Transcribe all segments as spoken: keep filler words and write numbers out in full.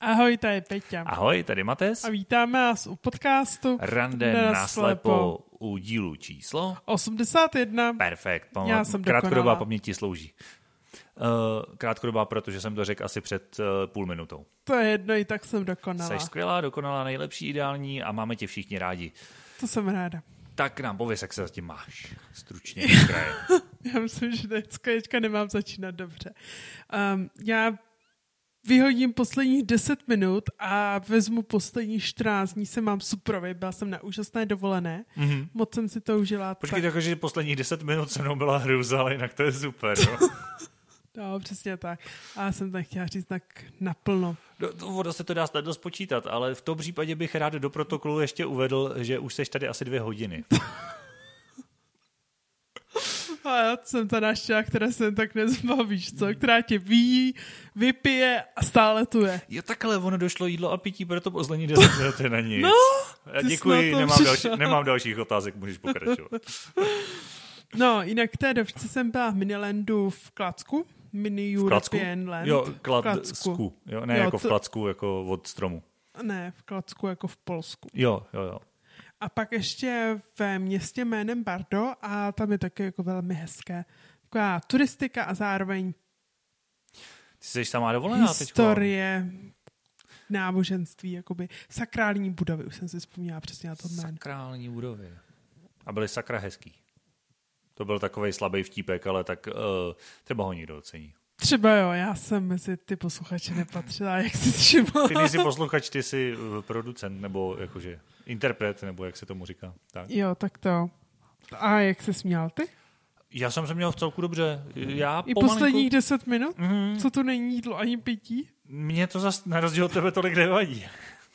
Ahoj, tady Peťa. Ahoj, tady Mates. A vítáme vás u podcastu Rande naslepo u dílu číslo osmdesát jedna. Perfekt. Pam- Já jsem krátkodobá dokonala. paměti slouží. Uh, krátkodobá, protože jsem to řekl asi před uh, půl minutou. To je jedno, i tak jsem dokonala. Jsi skvělá, dokonalá, nejlepší, ideální a máme tě všichni rádi. To jsem ráda. Tak nám pověs, jak se zatím máš. Stručně. Já myslím, že dneska nemám začínat dobře. Um, já vyhodím posledních deset minut a vezmu poslední čtrnáct dní, se mám super, byla jsem na úžasné dovolené. Mm-hmm. Moc jsem si to užila. Počkej, tak... takže posledních deset minut se mnou byla hrůza, ale jinak to je super. No, no přesně tak. A já jsem to chtěla říct tak naplno. Do, do, se to dá snadno spočítat, ale v tom případě bych rád do protokolu ještě uvedl, že už seš tady asi dvě hodiny. A já jsem ta návštěva, která se tak nezbavíš, co? Která tě ví, vypije a stále tu je. Jo, takhle, ono došlo jídlo a pití, proto poslední deset minut je na nic. No, já děkuji, nemám, další, nemám dalších otázek, můžeš pokračovat. No, jinak v té dovčce jsem byla v Minilandu v Klacku. Mini European Land. Jo, klad, v Klacku. Sku. Jo, ne jo, jako to... v Klacku, jako od stromu. Ne, v Klacku jako v Polsku. Jo, jo, jo. A pak ještě ve městě jménem Bardo a tam je také jako velmi hezké. Taková turistika a zároveň ty jsi sama dovolená teďko. Historie, náboženství, jakoby sakrální budovy, už jsem si vzpomněla přesně na to jméno. Sakrální budovy. A byly sakra hezký. To byl takovej slabý vtípek, ale tak uh, třeba ho někdo ocení. Třeba jo, já jsem mezi ty posluchače nepatřila, jak jsi všimla. Ty nejsi posluchač, ty jsi producent, nebo jakože interpret, nebo jak se tomu říká. Tak. Jo, tak to. A jak se směl ty? Já jsem se měl v celku dobře. Já I pomalinku... posledních deset minut? Mm-hmm. Co tu není jídlo ani pití? Mně to zase na rozdíl od tebe tolik nevadí.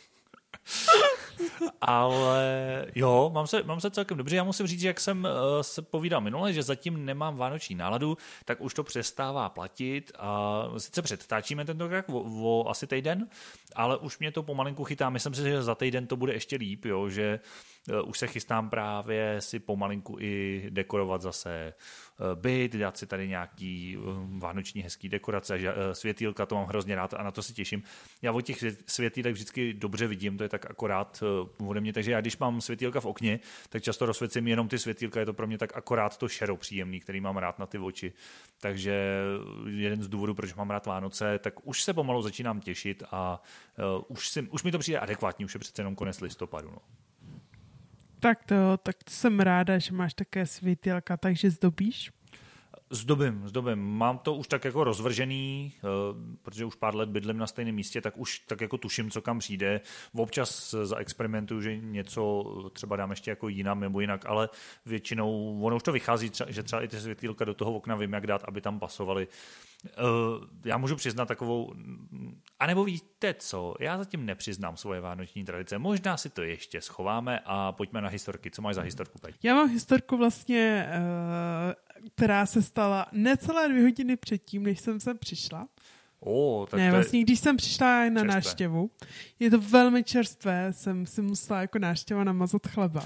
Ale jo, mám se, mám se celkem dobře. Já musím říct, že jak jsem uh, se povídal minule, že zatím nemám vánoční náladu, tak už to přestává platit. A sice předtáčíme tentokrát o, o asi týden, ale už mě to pomalinku chytá. Myslím si, že za týden to bude ještě líp, jo, že uh, už se chystám právě si pomalinku i dekorovat zase uh, byt, dát si tady nějaký uh, vánoční hezký dekorace, že, uh, světýlka, to mám hrozně rád a na to si těším. Já od těch světýlek vždycky dobře vidím, to je tak akorát uh, ode mě, takže já když mám světýlka v okně, tak často rozsvěcím jenom ty světýlka, je to pro mě tak akorát to šero příjemný, který mám rád na ty oči. Takže jeden z důvodů, proč mám rád Vánoce, tak už se pomalu začínám těšit a uh, už, si, už mi to přijde adekvátní, už je přece jenom konec listopadu. No. Tak to, tak to jsem ráda, že máš také světýlka, takže zdobíš? Zdobím, zdobím. Mám to už tak jako rozvržený, protože už pár let bydlím na stejném místě, tak už tak jako tuším, co kam přijde. Občas zaexperimentuju, že něco třeba dám ještě jako jinam nebo jinak, ale většinou ono už to vychází, že třeba i ty světýlka do toho okna vím, jak dát, aby tam pasovaly. Já můžu přiznat takovou, anebo víte co, já zatím nepřiznám svoje vánoční tradice, možná si to ještě schováme a pojďme na historky. Co máš za historku, Peť? Já mám historku vlastně, která se stala necelé dvě hodiny předtím, než jsem sem přišla. Oh, tak ne, to je... vlastně když jsem přišla na čerstvé. návštěvu, je to velmi čerstvé, jsem si musela jako návštěva namazat chleba.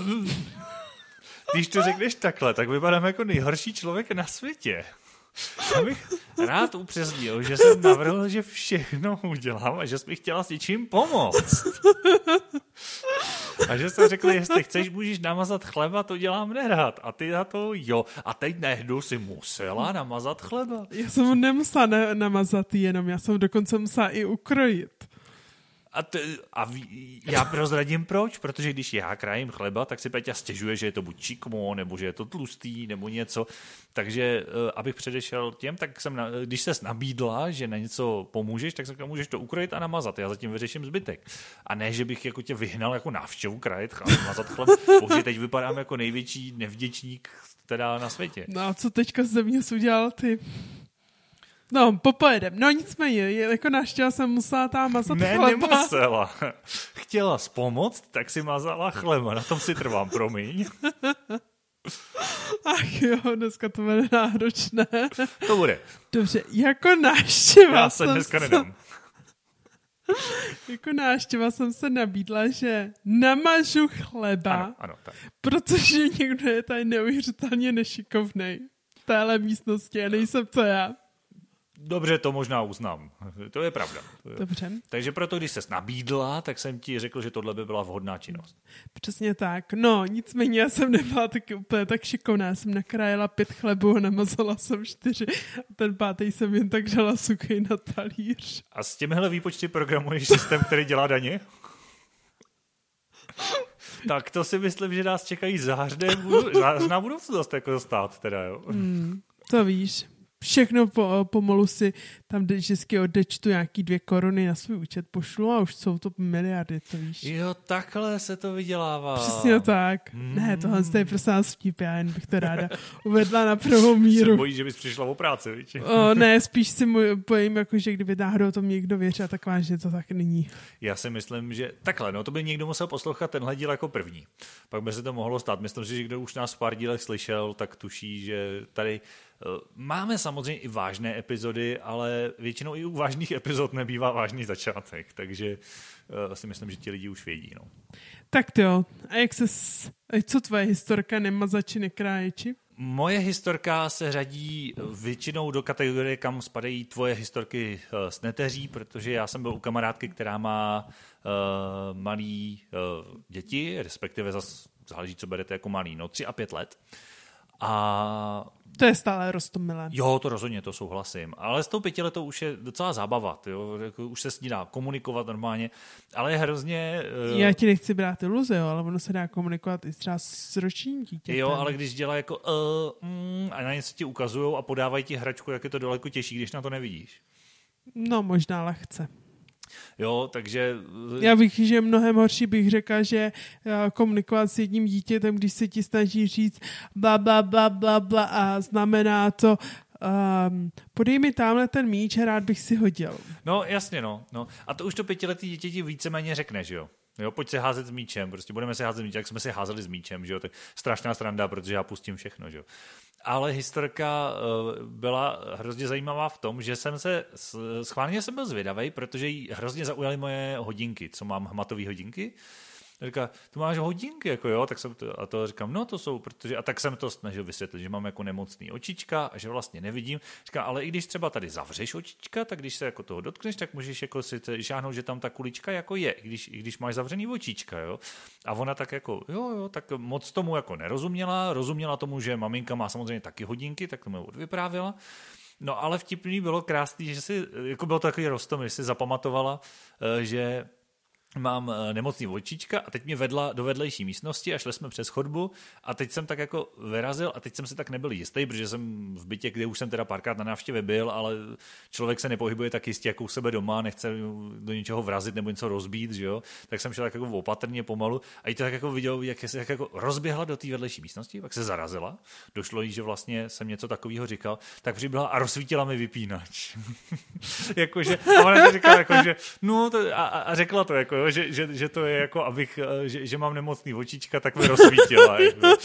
Když to řekneš takhle, tak vypadám jako nejhorší člověk na světě. Já bych rád upřesnil, že jsem navrhl, že všechno udělám a že jsi mi chtěla s něčím pomoct. A že jsem řekl, jestli chceš, můžeš namazat chleba, to dělám nerad. A ty na to jo. A teď nehdu si musela namazat chleba. Já jsem ho nemusela na- namazat jenom, já jsem dokonce musela i ukrojit. A, t- a v, já prozradím proč, protože když já krájím chleba, tak si Peťa stěžuje, že je to buď čikmo, nebo že je to tlustý, nebo něco. Takže abych předešel těm, tak jsem, na, když ses nabídla, že na něco pomůžeš, tak jsem můžeš to ukrojit a namazat. Já zatím vyřeším zbytek. A ne, že bych jako tě vyhnal jako návštěvu krájet, namazat chleba. Bože, teď vypadám jako největší nevděčník teda na světě. No a co teďka ze mě jsi udělal ty? No, popojedem. No nicméně, jako návštěva jsem musela tam mazat ne, chleba. Ne, nemusela. Chtěla pomoct, tak si mazala chleba. Na tom si trvám, promiň. Ach jo, dneska to bude náročné. To bude. Dobře, jako návštěva Já se dneska se... nedám. Jako návštěva jsem se nabídla, že namažu chleba, ano, ano, tak. protože někdo je tady neuvěřitelně nešikovnej v téhle místnosti a nejsem to já. Dobře, to možná uznám. To je pravda. Dobře. Takže proto, když ses nabídla, tak jsem ti řekl, že tohle by byla vhodná činnost. Přesně tak. No, nicméně já jsem nebyla taky úplně tak šikovná. Já jsem nakrájela pět chlebů a namazala jsem čtyři. A ten pátý jsem jen tak dala suchej na talíř. A s těmihle výpočty programuješ systém, který dělá daně? Tak to si myslím, že nás čekají zářná budoucnost jako stát teda, jo. Hmm, to víš. Všechno po, pomalu si tam vždycky odečtu nějaký dvě koruny na svůj účet pošlu a už jsou to miliardy, to víš. Jo, takhle se to vydělává. Přesně tak. Mm. Ne, tohle je prostě nás vtip, já jen bych to ráda uvedla na prvou Se míru. bojíš, že bys přišla o práci, víš? O, ne, spíš si můj, bojím, jako, že kdyby náhodou to někdo věřil, tak vážně to tak není. Já si myslím, že takhle, no to by někdo musel poslouchat tenhle díl jako první. Pak by se to mohlo stát. Myslím si, že kdo už nás v pár dílech slyšel, tak tuší, že tady máme samozřejmě i vážné epizody, ale většinou i u vážných epizod nebývá vážný začátek, takže uh, si myslím, že ti lidi už vědí. No. Tak jo, a jak se, co tvoje historka nemazači, nekráječi? Moje historka se řadí většinou do kategorie, kam spadají tvoje historky uh, s neteří, protože já jsem byl u kamarádky, která má uh, malý uh, děti, respektive zase záleží, co berete jako malý, no tři a pět let. A to je stále roztomilé. Jo, to rozhodně, to souhlasím. Ale s tou pětiletou už je docela zábava, jo? Už se s ní dá komunikovat normálně, ale je hrozně... Uh... Já ti nechci brát iluze, jo, ale ono se dá komunikovat i třeba s ročním dítětem. Jo, ale když dělá jako uh, mm, a na něco ti ukazujou a podávají ti hračku, jak je to daleko těžší, když na to nevidíš. No, možná lehce. Jo, takže... Já bych, že mnohem horší bych řekla, že komunikovat s jedním dítětem, když se ti snaží říct bla, bla, bla, bla, bla a znamená to um, podej mi tamhle ten míč a rád bych si hodil. No, jasně, no. no. A to už to pětiletý dítě ti víceméně řekne, že jo? Jo, pojď se házet s míčem, prostě budeme se házet s míčem, jak jsme se házeli s míčem, že jo? Tak strašná sranda, protože já pustím všechno, že jo? Ale historka uh, byla hrozně zajímavá v tom, že jsem se, schválně jsem byl zvědavej, protože jí hrozně zaujaly moje hodinky, co mám hmatové hodinky. A říká, tu máš hodinky, jako jo, tak jsem to, a to říkám, no to jsou, protože, a tak jsem to snažil vysvětlit, že mám jako nemocný očička a že vlastně nevidím. Říká, ale i když třeba tady zavřeš očička, tak když se jako toho dotkneš, tak můžeš jako si žáhnout, že tam ta kulička jako je, i když, i když máš zavřený očička, jo. A ona tak jako, jo, jo, tak moc tomu jako nerozuměla, rozuměla tomu, že maminka má samozřejmě taky hodinky, tak to mi odvyprávěla. No ale vtipný bylo krásný, že si, jako bylo to takový roztomil, že si zapamatovala, že mám nemocný očička a teď mě vedla do vedlejší místnosti a šli jsme přes chodbu a teď jsem tak jako vyrazil a teď jsem si tak nebyl jistý, protože jsem v bytě, kde už jsem teda párkrát na návštěvě byl, ale člověk se nepohybuje tak jistě jako u sebe doma, nechce do něčeho vrazit nebo něco rozbít, že jo? Tak jsem šel tak jako opatrně pomalu a i to tak jako viděl, jak se tak jako rozběhla do té vedlejší místnosti, pak se zarazila, došlo jí, že vlastně jsem něco takového říkal, tak přiběhla a rozsvítila mi vypínač. Jakože, a ona říkala jakože, no to, a, a řekla to jako, Že, že, že to je jako, abych, že, že mám nemocný očička, tak mi rozsvítila.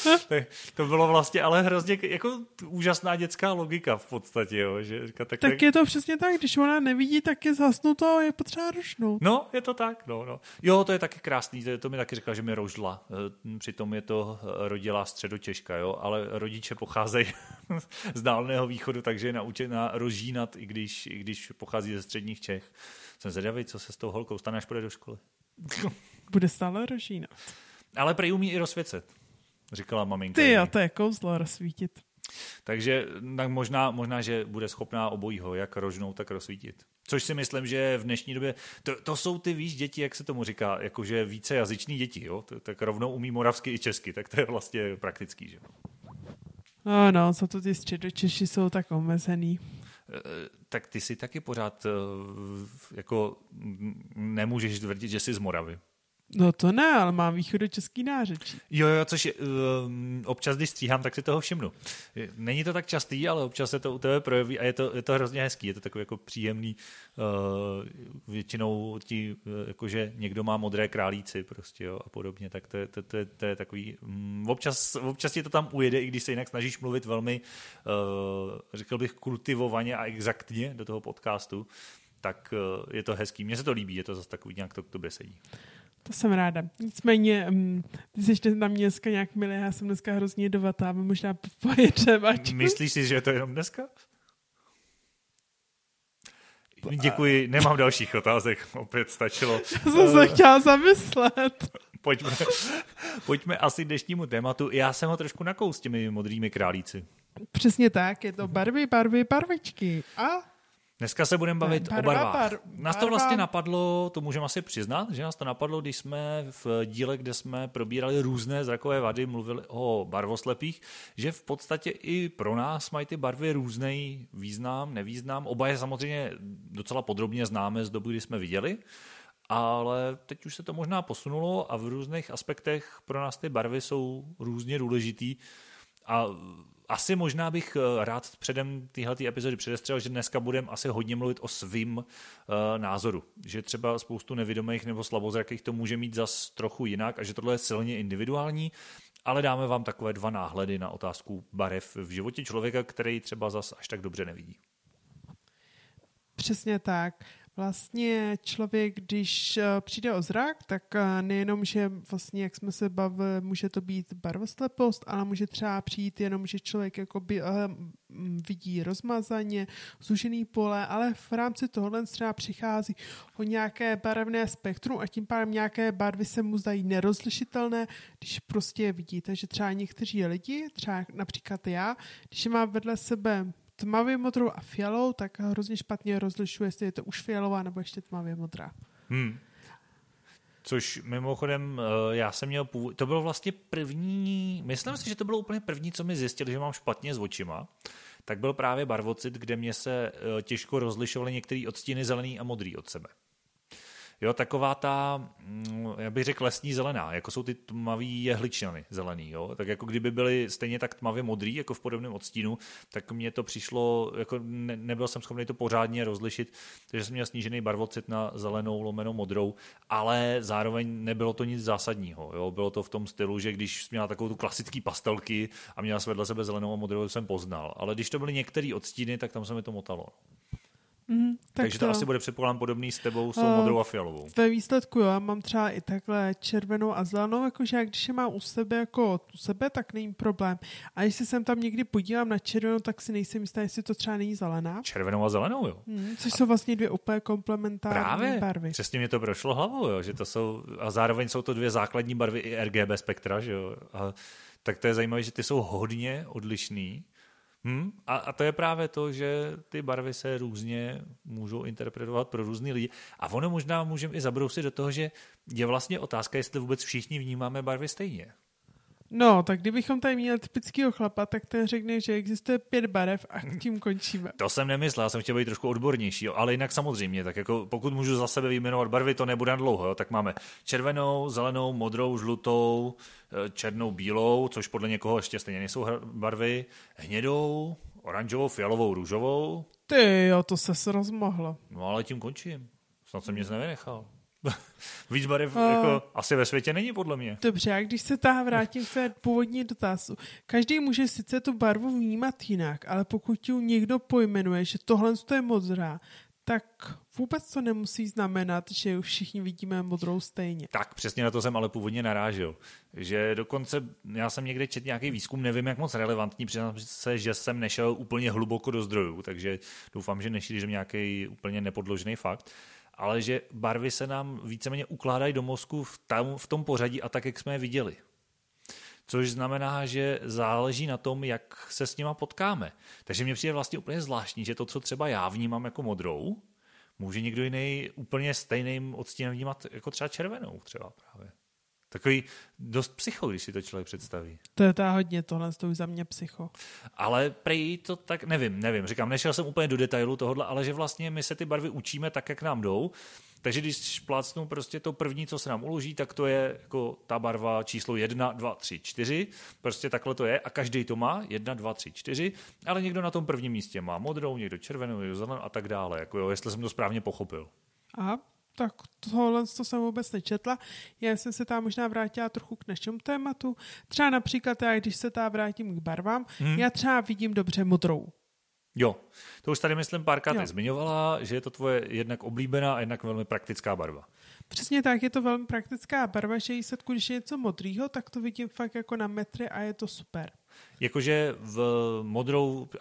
To bylo vlastně ale hrozně jako úžasná dětská logika v podstatě. Jo, že, tak, tak, tak je to přesně tak, když ona nevidí, tak je zhasnuto, je potřeba rošnout. No, je to tak. No, no. Jo, to je taky krásný, to, to mi taky řekla, že mi rožla. Přitom je to rodilá Středočeška, jo, ale rodiče pocházejí z Dálného východu, takže je naučená rožínat, i když, i když pochází ze středních Čech. Jsem zvědavý, co se s tou holkou stane, až půjde do školy. Bude stále rožínat. Ale prej umí i rozsvěcet, říkala maminka. Ty jo, to je kouzlo rozsvítit. Takže tak možná, možná, že bude schopná obojího, jak rožnout, tak rozsvítit. Což si myslím, že v dnešní době, to, to jsou ty, víš, děti, jak se tomu říká, jakože vícejazyční děti, jo? Tak rovnou umí moravsky i česky, tak to je vlastně praktický, že? No, no, co to ty Středočeši jsou tak omezený. Tak ty si taky pořád jako nemůžeš tvrdit, že jsi z Moravy. No to ne, ale mám východočeský nářečí. Jo, jo, což je, um, občas, když stříhám, tak si toho všimnu. Není to tak častý, ale občas se to u tebe projeví a je to, je to hrozně hezký, je to takový jako příjemný, uh, většinou ti, uh, jakože někdo má modré králíci prostě, jo, a podobně, tak to je, to, to je, to je takový, um, občas, občas ti to tam ujede, i když se jinak snažíš mluvit velmi, uh, řekl bych, kultivovaně a exaktně do toho podcastu, tak uh, je to hezký. Mně se to líbí, je to zase takový, nějak to k tobě sedí. To jsem ráda. Nicméně, um, ty jsi na mě dneska nějak milý, já jsem dneska hrozně jedovatá, možná pojedeme. Myslíš si, že je to jenom dneska? Děkuji, nemám dalších otázek, opět stačilo. Jsem se chtěla zamyslet. Pojďme, pojďme asi k dnešnímu tématu. Já jsem ho trošku nakous s těmi modrými králíci. Přesně tak, je to barvy, barvy, barvičky. A dneska se budeme bavit barva, o barvách. Bar, nás to vlastně napadlo, to můžeme asi přiznat, že nás to napadlo, když jsme v díle, kde jsme probírali různé zrakové vady, mluvili o barvoslepých, že v podstatě i pro nás mají ty barvy různý význam, nevýznam. Oba je samozřejmě docela podrobně známe z doby, kdy jsme viděli, ale teď už se to možná posunulo a v různých aspektech pro nás ty barvy jsou různě důležitý. A asi možná bych rád předem téhletý epizody předestřel, že dneska budeme asi hodně mluvit o svým uh, názoru. Že třeba spoustu nevidomých nebo slabozrakých to může mít zas trochu jinak a že tohle je silně individuální, ale dáme vám takové dva náhledy na otázku barev v životě člověka, který třeba zas až tak dobře nevidí. Přesně tak. Vlastně člověk, když přijde o zrak, tak nejenom, že vlastně, jak jsme se bavili, může to být barvoslepost, ale může třeba přijít jenom, že člověk jakoby vidí rozmazaně, zúžený pole, ale v rámci tohohle třeba přichází o nějaké barevné spektrum a tím pádem nějaké barvy se mu zdají nerozlišitelné, když prostě je vidíte, že třeba někteří lidi, třeba například já, když mám vedle sebe tmavě modrou a fialou, tak hrozně špatně rozlišuje, jestli je to už fialová nebo ještě tmavě modrá. Hmm. Což mimochodem, já jsem měl původ, to bylo vlastně první, myslím si, že to bylo úplně první, co mi zjistili, že mám špatně s očima, tak byl právě barvocit, kde mě se těžko rozlišovaly některé odstíny zelený a modrý od sebe. Jo, taková ta, já bych řekl lesní zelená, jako jsou ty tmavý jehličnany zelený, jo, tak jako kdyby byly stejně tak tmavě modrý, jako v podobném odstínu, tak mně to přišlo, jako ne, nebyl jsem schopný to pořádně rozlišit, takže jsem měl snížený barvocit na zelenou lomenou modrou, ale zároveň nebylo to nic zásadního, jo, bylo to v tom stylu, že když měla takovou tu klasický pastelky a měla vedle sebe zelenou a modrou, to jsem poznal, ale když to byly některé odstíny, tak tam se mi to motalo. Mm, tak Takže to, to asi bude předpokládám podobný s tebou s tou uh, modrou a fialovou. Ve výsledku jo, já mám třeba i takhle červenou a zelenou, jakože jak když je mám u sebe jako u sebe, tak není problém. A když se sem tam někdy podívám na červenou, tak si nejsem jistá, jestli to třeba není zelená. Červenou a zelenou, jo. Mm, což a jsou vlastně dvě úplně komplementární právě, barvy. Přesně mě to prošlo hlavou, jo, že to jsou, a zároveň jsou to dvě základní barvy i R G B spektra, že jo. A, tak to je zajímavé, že ty jsou hodně odlišný. Hmm? A, a to je právě to, že ty barvy se různě můžou interpretovat pro různý lidi. A ono možná můžeme i zabrousit do toho, že je vlastně otázka, jestli vůbec všichni vnímáme barvy stejně. No, tak kdybychom tady měli typického chlapa, tak ten řekne, že existuje pět barev a tím končíme. To jsem nemyslel, já jsem chtěl být trošku odbornější, jo, ale jinak samozřejmě, tak jako pokud můžu za sebe vyjmenovat barvy, to nebude dlouho, jo, tak máme červenou, zelenou, modrou, žlutou, černou, bílou, což podle někoho ještě stejně nejsou barvy, hnědou, oranžovou, fialovou, růžovou. Ty jo, to se rozmohlo. No ale tím končím, snad jsem nic nevynechal. Víc barev uh, jako asi ve světě není, podle mě. Dobře, a když se táh vrátím k té původní dotazu. Každý může sice tu barvu vnímat jinak, ale pokud ji někdo pojmenuje, že tohle je modrá, tak vůbec to nemusí znamenat, že všichni vidíme modrou stejně. Tak, přesně na to jsem ale původně narážil. Že dokonce, já jsem někde četl nějaký výzkum, nevím, jak moc relevantní, přiznám se, že jsem nešel úplně hluboko do zdrojů, takže doufám, že nešířím nějaký úplně nepodložený fakt. Ale že barvy se nám víceméně ukládají do mozku v, tam, v tom pořadí a tak, jak jsme je viděli. Což znamená, že záleží na tom, jak se s nima potkáme. Takže mně přijde vlastně úplně zvláštní, že to, co třeba já vnímám jako modrou, může někdo jiný úplně stejným odstínem vnímat jako třeba červenou třeba právě. Takový dost psycho, když si to člověk představí. To je ta hodně, tohle stojí za mě psycho. Ale prej to tak, nevím, nevím, říkám, nešel jsem úplně do detailu tohohle, ale že vlastně my se ty barvy učíme tak, jak nám jdou, takže když plácnu prostě to první, co se nám uloží, tak to je jako ta barva číslo jedna, dva, tři, čtyři, prostě takhle to je a každý to má, jedna, dva, tři, čtyři, ale někdo na tom prvním místě má modrou, někdo červenou, někdo zelenou a tak dále, jako jo, jestli jsem to správně pochopil. Aha. Tak tohle to jsem vůbec nečetla. Já jsem se tam možná vrátila trochu k našemu tématu. Třeba například, já, když se tam vrátím k barvám, hmm. já třeba vidím dobře modrou. Jo, to už tady myslím párkrát jo. zmiňovala, že je to tvoje jednak oblíbená a jednak velmi praktická barva. Přesně tak, je to velmi praktická barva, že výsledku, když je něco modrýho, tak to vidím fakt jako na metry a je to super. Jakože v modrou, ale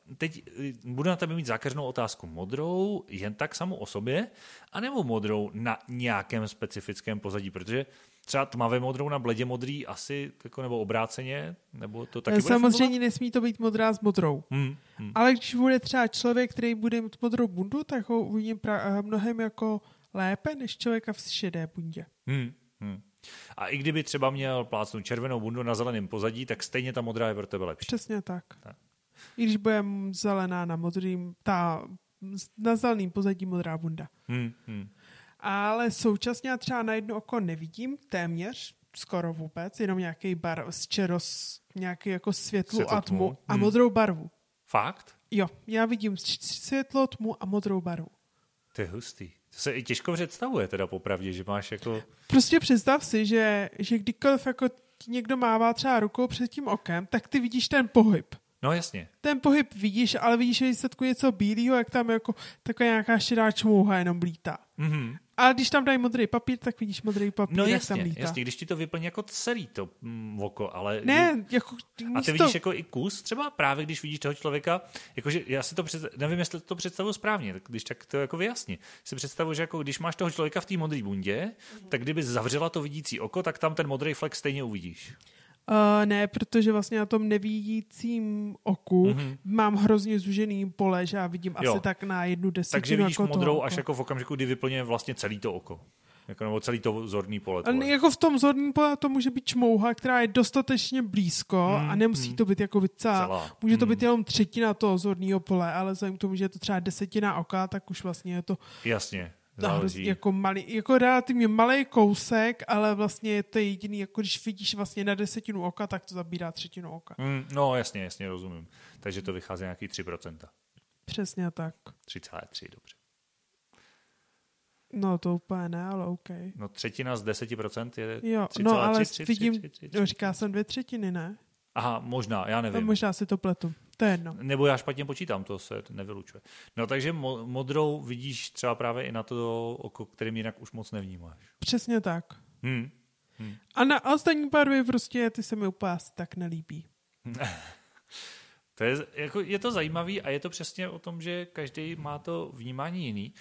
teď budu na tebe mít zákeřnou otázku. Modrou jen tak samou o sobě, anebo modrou na nějakém specifickém pozadí? Protože třeba tmavě modrou na bledě modrý asi, jako, nebo obráceně, nebo to taky bude samozřejmě fungovat? nesmí to být modrá s modrou. Hmm, hmm. Ale když bude třeba člověk, který bude mít modrou bundu, tak ho uvidím pra- mnohem jako lépe, než člověka v šedé bundě. Hmm, hmm. A i kdyby třeba měl plácnout červenou bundu na zeleném pozadí, tak stejně ta modrá je pro tebe lepší. Přesně tak. tak. I když bude zelená na modrým, ta na zeleným pozadí modrá bunda. Hmm, hmm. Ale současně já třeba na jedno oko nevidím téměř, skoro vůbec, jenom nějaký bar z čeros, nějaký jako světlo, Světlo, a tmu tmu. a Hmm. modrou barvu. Fakt? Jo, já vidím světlo, tmu a modrou barvu. To je hustý. To se i těžko představuje teda popravdě, že máš jako... Prostě představ si, že, že kdykoliv jako někdo mává třeba rukou před tím okem, tak ty vidíš ten pohyb. No jasně. Ten pohyb vidíš, ale vidíš výsledku něco bílého, jak tam jako taková nějaká šedá čmouha jenom blítá. Mm-hmm. Ale když tam dají modrý papír, tak vidíš modrý papír, No jak jasně, tam lítá. jasně, když ti to vyplní jako celý to mm, oko, ale... Ne, jako... A ty místo... vidíš jako i kus, třeba právě když vidíš toho člověka, jakože já si to představ... nevím, jestli to představuji správně, tak když tak to jako vyjasni. Si představuji, že jako když máš toho člověka v té modré bundě, tak kdyby zavřela to vidící oko, tak tam ten modrý flek stejně uvidíš. Uh, ne, protože vlastně na tom nevidícím oku mm-hmm. mám hrozně zužený pole, že já vidím jo. asi tak na jednu desetinu. Takže vidíš jako modrou až jako v okamžiku, kdy vyplňuje vlastně celý to oko. Jako, nebo celý to zorný pole. A jako v tom zorném pole to může být čmouha, která je dostatečně blízko hmm, a nemusí hmm. to být jako celá. celá. Může to být hmm. jenom třetina toho zorného pole, ale vzhledem k tomu, že je to třeba desetina oka, tak už vlastně je to... Jasně. Záleží. Jako, malý, jako relativně malý kousek, ale vlastně je to jediný, jako když vidíš vlastně na desetinu oka, tak to zabírá třetinu oka. Mm, no jasně, jasně, rozumím. Takže to vychází nějaký tři procenta. Přesně tak. tři celá tři, dobře. No to úplně ne, ale OK. No třetina z deseti procent je jo, tři no celá tři, ale tři, vidím, tři, tři, tři, tři, no, říká jsem dvě třetiny, ne? Aha, možná, já nevím. No, možná si to pletu, to je jedno. Nebo já špatně počítám, to se nevylučuje. No takže mo- modrou vidíš třeba právě i na to oko, kterým jinak už moc nevnímáš. Přesně tak. Hmm. Hmm. A na ostatní barvy prostě ty se mi úplně asi tak nelíbí. To je, jako, je to zajímavý a je to přesně o tom, že každý má to vnímání jiný.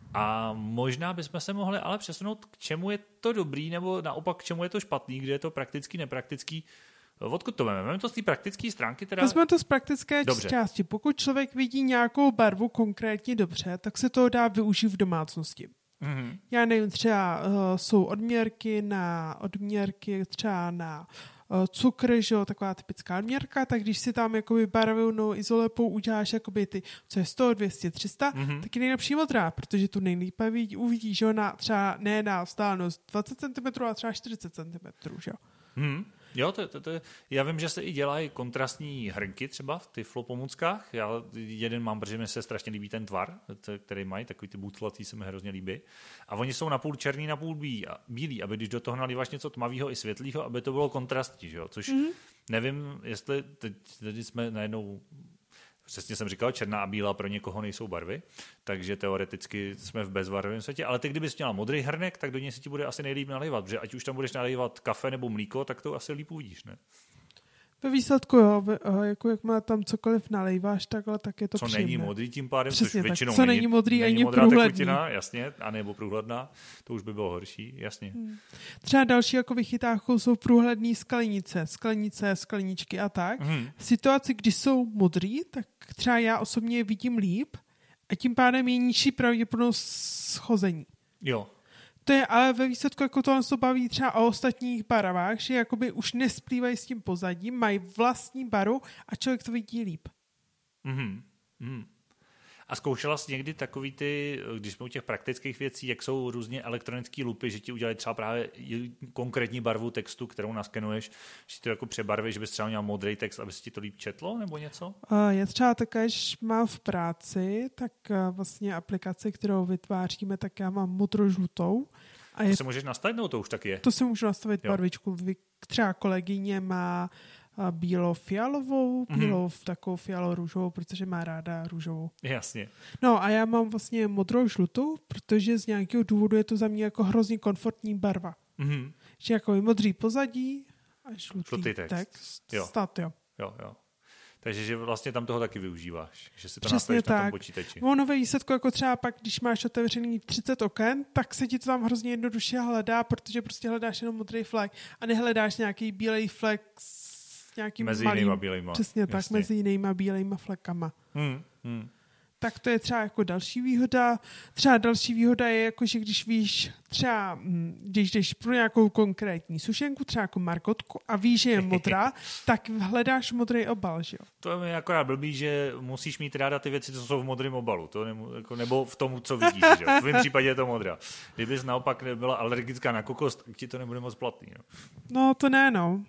A možná bychom se mohli ale přesunout, k čemu je to dobrý, nebo naopak k čemu je to špatný, kde je to praktický, nepraktický. Odkud to máme? Máme to z té praktické stránky? Teda... Vezmeme to z praktické dobře. části. Pokud člověk vidí nějakou barvu konkrétně dobře, tak se toho dá využít v domácnosti. Mm-hmm. Já nevím, třeba uh, jsou odměrky na odměrky třeba na uh, cukr, že jo, taková typická odměrka, tak když si tam jakoby barevnou izolepou uděláš jakoby ty, co je sto, dvě stě, tři sta, mm-hmm. tak je nejlepší modrá, protože tu nejlépe vidí, uvidíš, že jo, na třeba ne na vzdálenost dvacet centimetrů, ale třeba čtyřicet centimetrů, že jo. Mm-hmm. Jo, to, to, to, já vím, že se i dělají kontrastní hrnky třeba v tyflo pomůckách. Já jeden mám, protože mi se strašně líbí ten tvar, který mají, takový ty butlatý se mi hrozně líbí. A oni jsou napůl černý, napůl bílý, aby když do toho nalíváš něco tmavého i světlého, aby to bylo kontrastní, že jo? Což mm-hmm. nevím, jestli teď, teď jsme najednou... Přesně jsem říkal, černá a bílá pro někoho nejsou barvy, takže teoreticky jsme v bezbarvém světě, ale ty kdybys měla modrý hrnek, tak do něj se ti bude asi nejlíp nalévat, protože ať už tam budeš nalévat kafe nebo mlíko, tak to asi líp uvidíš, ne? Ve výsledku jo, jako jak má tam cokoliv nalejváš takhle, tak je to co příjemné. Není modrý tím pádem, přesně což většinou tak. Co není, není modrý není ani modrá průhledný. tekutina, jasně, a nebo průhledná, to už by bylo horší, jasně. Hmm. Třeba další jako vychytávkou jsou průhledné sklenice, sklenice, skleničky a tak. Hmm. V situaci, kdy jsou modrý, tak třeba já osobně je vidím líp a tím pádem je nižší pravděpodobnost schození. Jo. To je ale ve výsledku jako tohle se baví třeba o ostatních barvách, že jakoby už nesplývají s tím pozadím, mají vlastní barvu a člověk to vidí líp. Mhm. Mm. A zkoušela jsi někdy takový ty, když jsme u těch praktických věcí, jak jsou různě elektronické lupy, že ti udělají třeba právě konkrétní barvu textu, kterou naskenuješ, že to jako přebarvíš, že bys třeba měl modrý text, aby se ti to líp četlo, nebo něco? Já třeba také, když mám v práci, tak vlastně aplikaci, kterou vytváříme, tak já mám modro-žlutou. A to je, si můžeš nastavit, nebo to už tak je? To si můžu nastavit jo. barvičku. Třeba kolegyně má bílo-fialovou, bílou mm-hmm. takovou fialo-růžovou, protože má ráda růžovou. Jasně. No a já mám vlastně modrou-žlutou, protože z nějakého důvodu je to za mě jako hrozně komfortní barva. Mm-hmm. Že jako je modrý pozadí a žlutý, žlutý text. text. Jo. Stat, jo. Jo, jo. Takže že vlastně tam toho taky využíváš, že si to Přesně nastavíš tak. na tom počítači. Ono ve výsledku, jako třeba pak, když máš otevřený třicet oken, tak se ti to tam hrozně jednoduše hledá, protože prostě hledáš jenom modrý flag a nehledáš nějaký bílej flag s nějakým mezi malým... jinýma bílejma. Přesně Jasně. tak, mezi jinýma bílejma flekama. Hmm, hmm. Tak to je třeba jako další výhoda. Třeba další výhoda je, jako, že když víš třeba, hm, když jdeš pro nějakou konkrétní sušenku, třeba jako markotku a víš, že je modrá, tak hledáš modrý obal, že jo? To je akorát blbý, že musíš mít ráda ty věci, co jsou v modrém obalu. To nemu, jako, nebo v tom, co vidíš. Že? V tvém případě je to modrá. Kdybys naopak byla alergická na kokos, tak ti to nebude moc platný. No, no to ne, no.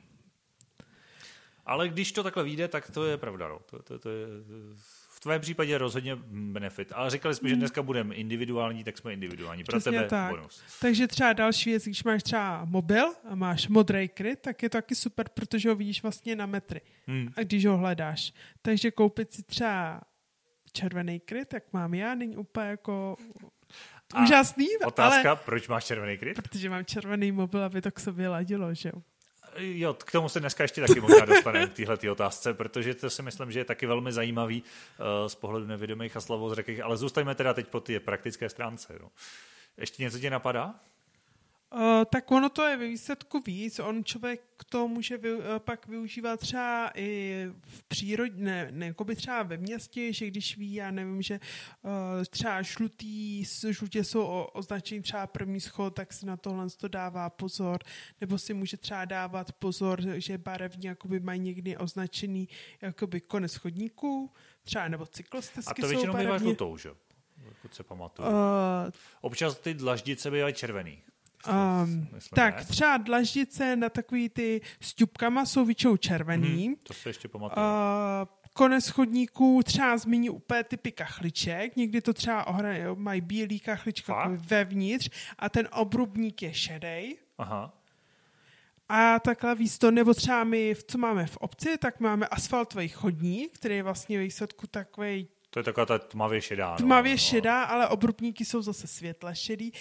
Ale když to takhle vyjde, tak to je pravda. No. To, to, to je... V tvém případě rozhodně benefit. Ale říkali jsme, že dneska budeme individuální, tak jsme individuální. Pro Přesně tebe tak. bonus. Takže třeba další věc, když máš třeba mobil a máš modrý kryt, tak je to taky super, protože ho vidíš vlastně na metry. Hmm. A když ho hledáš. Takže koupit si třeba červený kryt, jak mám já, není úplně jako a úžasný. Otázka, ale... proč máš červený kryt? Protože mám červený mobil, aby to k sobě ladilo, že jo. Jo, k tomu se dneska ještě taky možná dostaneme k téhleté otázce, protože to si myslím, že je taky velmi zajímavý uh, z pohledu nevědomých a slavozřekých, ale zůstaňme teda teď po té praktické stránce. No. Ještě něco tě napadá? Uh, tak ono to je ve výsledku víc. On člověk to může vy, uh, pak využívat třeba i v přírodě, ne, ne jako by třeba ve městě, že když ví, já nevím, že uh, třeba žlutý, žlutě jsou o, označení třeba první schod, tak si na tohle to dává pozor, nebo si může třeba dávat pozor, že barevně jakoby mají někdy označený jakoby konec chodníků, třeba nebo cyklostezky jsou barevně. A to většinou bývá žlutou, že? Pokud se pamatuju. Uh, Občas ty dlaždice bývají červený. Um, myslím, tak ne? Třeba dlaždice na takový ty s ťupkama jsou většinou červený. Hmm, to se ještě pamatuju. Uh, konec chodníků třeba zmíní úplně typy kachliček. Někdy to třeba ohraje, mají bílý kachlička vevnitř a ten obrubník je šedej. Aha. A takhle víc to, nebo třeba my, co máme v obci, tak máme asfaltový chodník, který je vlastně ve výsledku takovej. To je taková ta tmavě šedá. Tmavě no, šedá, ale obrubníky jsou zase světle šedý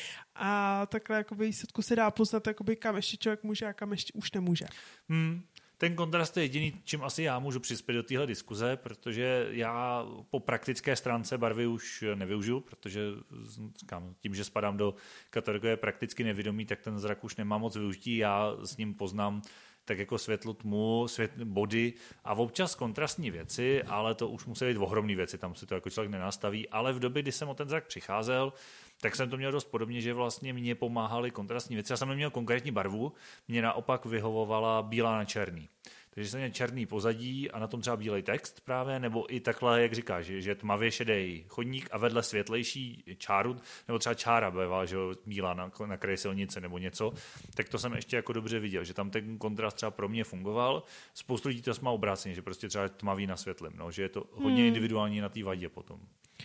a takhle jako výsledku se dá poznat, jakoby, kam ještě člověk může a kam ještě už nemůže. Hmm. Ten kontrast je jediný, čím asi já můžu přispět do téhle diskuze, protože já po praktické stránce barvy už nevyužiju, protože říkám, tím, že spadám do kategorie prakticky nevědomý, tak ten zrak už nemá moc využití, já s ním poznám tak jako světlo, tmu, svět, body a občas kontrastní věci, ale to už musí být ohromné věci, tam si to jako člověk nenastaví, ale v době, kdy jsem o ten zrak přicházel, tak jsem to měl dost podobně, že vlastně mě pomáhaly kontrastní věci. Já jsem neměl konkrétní barvu, mě naopak vyhovovala bílá na černý. Takže jsem měl černý pozadí a na tom třeba bílej text právě, nebo i takhle, jak říkáš, že, že tmavě šedej chodník a vedle světlejší čáru, nebo třeba čára bývá, že bílá na, na kraji silnice nebo něco, tak to jsem ještě jako dobře viděl, že tam ten kontrast třeba pro mě fungoval. Spoustu lidí to má obráceně, že prostě třeba tmavý na světlem, no, že je to hodně hmm. individuální na té vadě potom.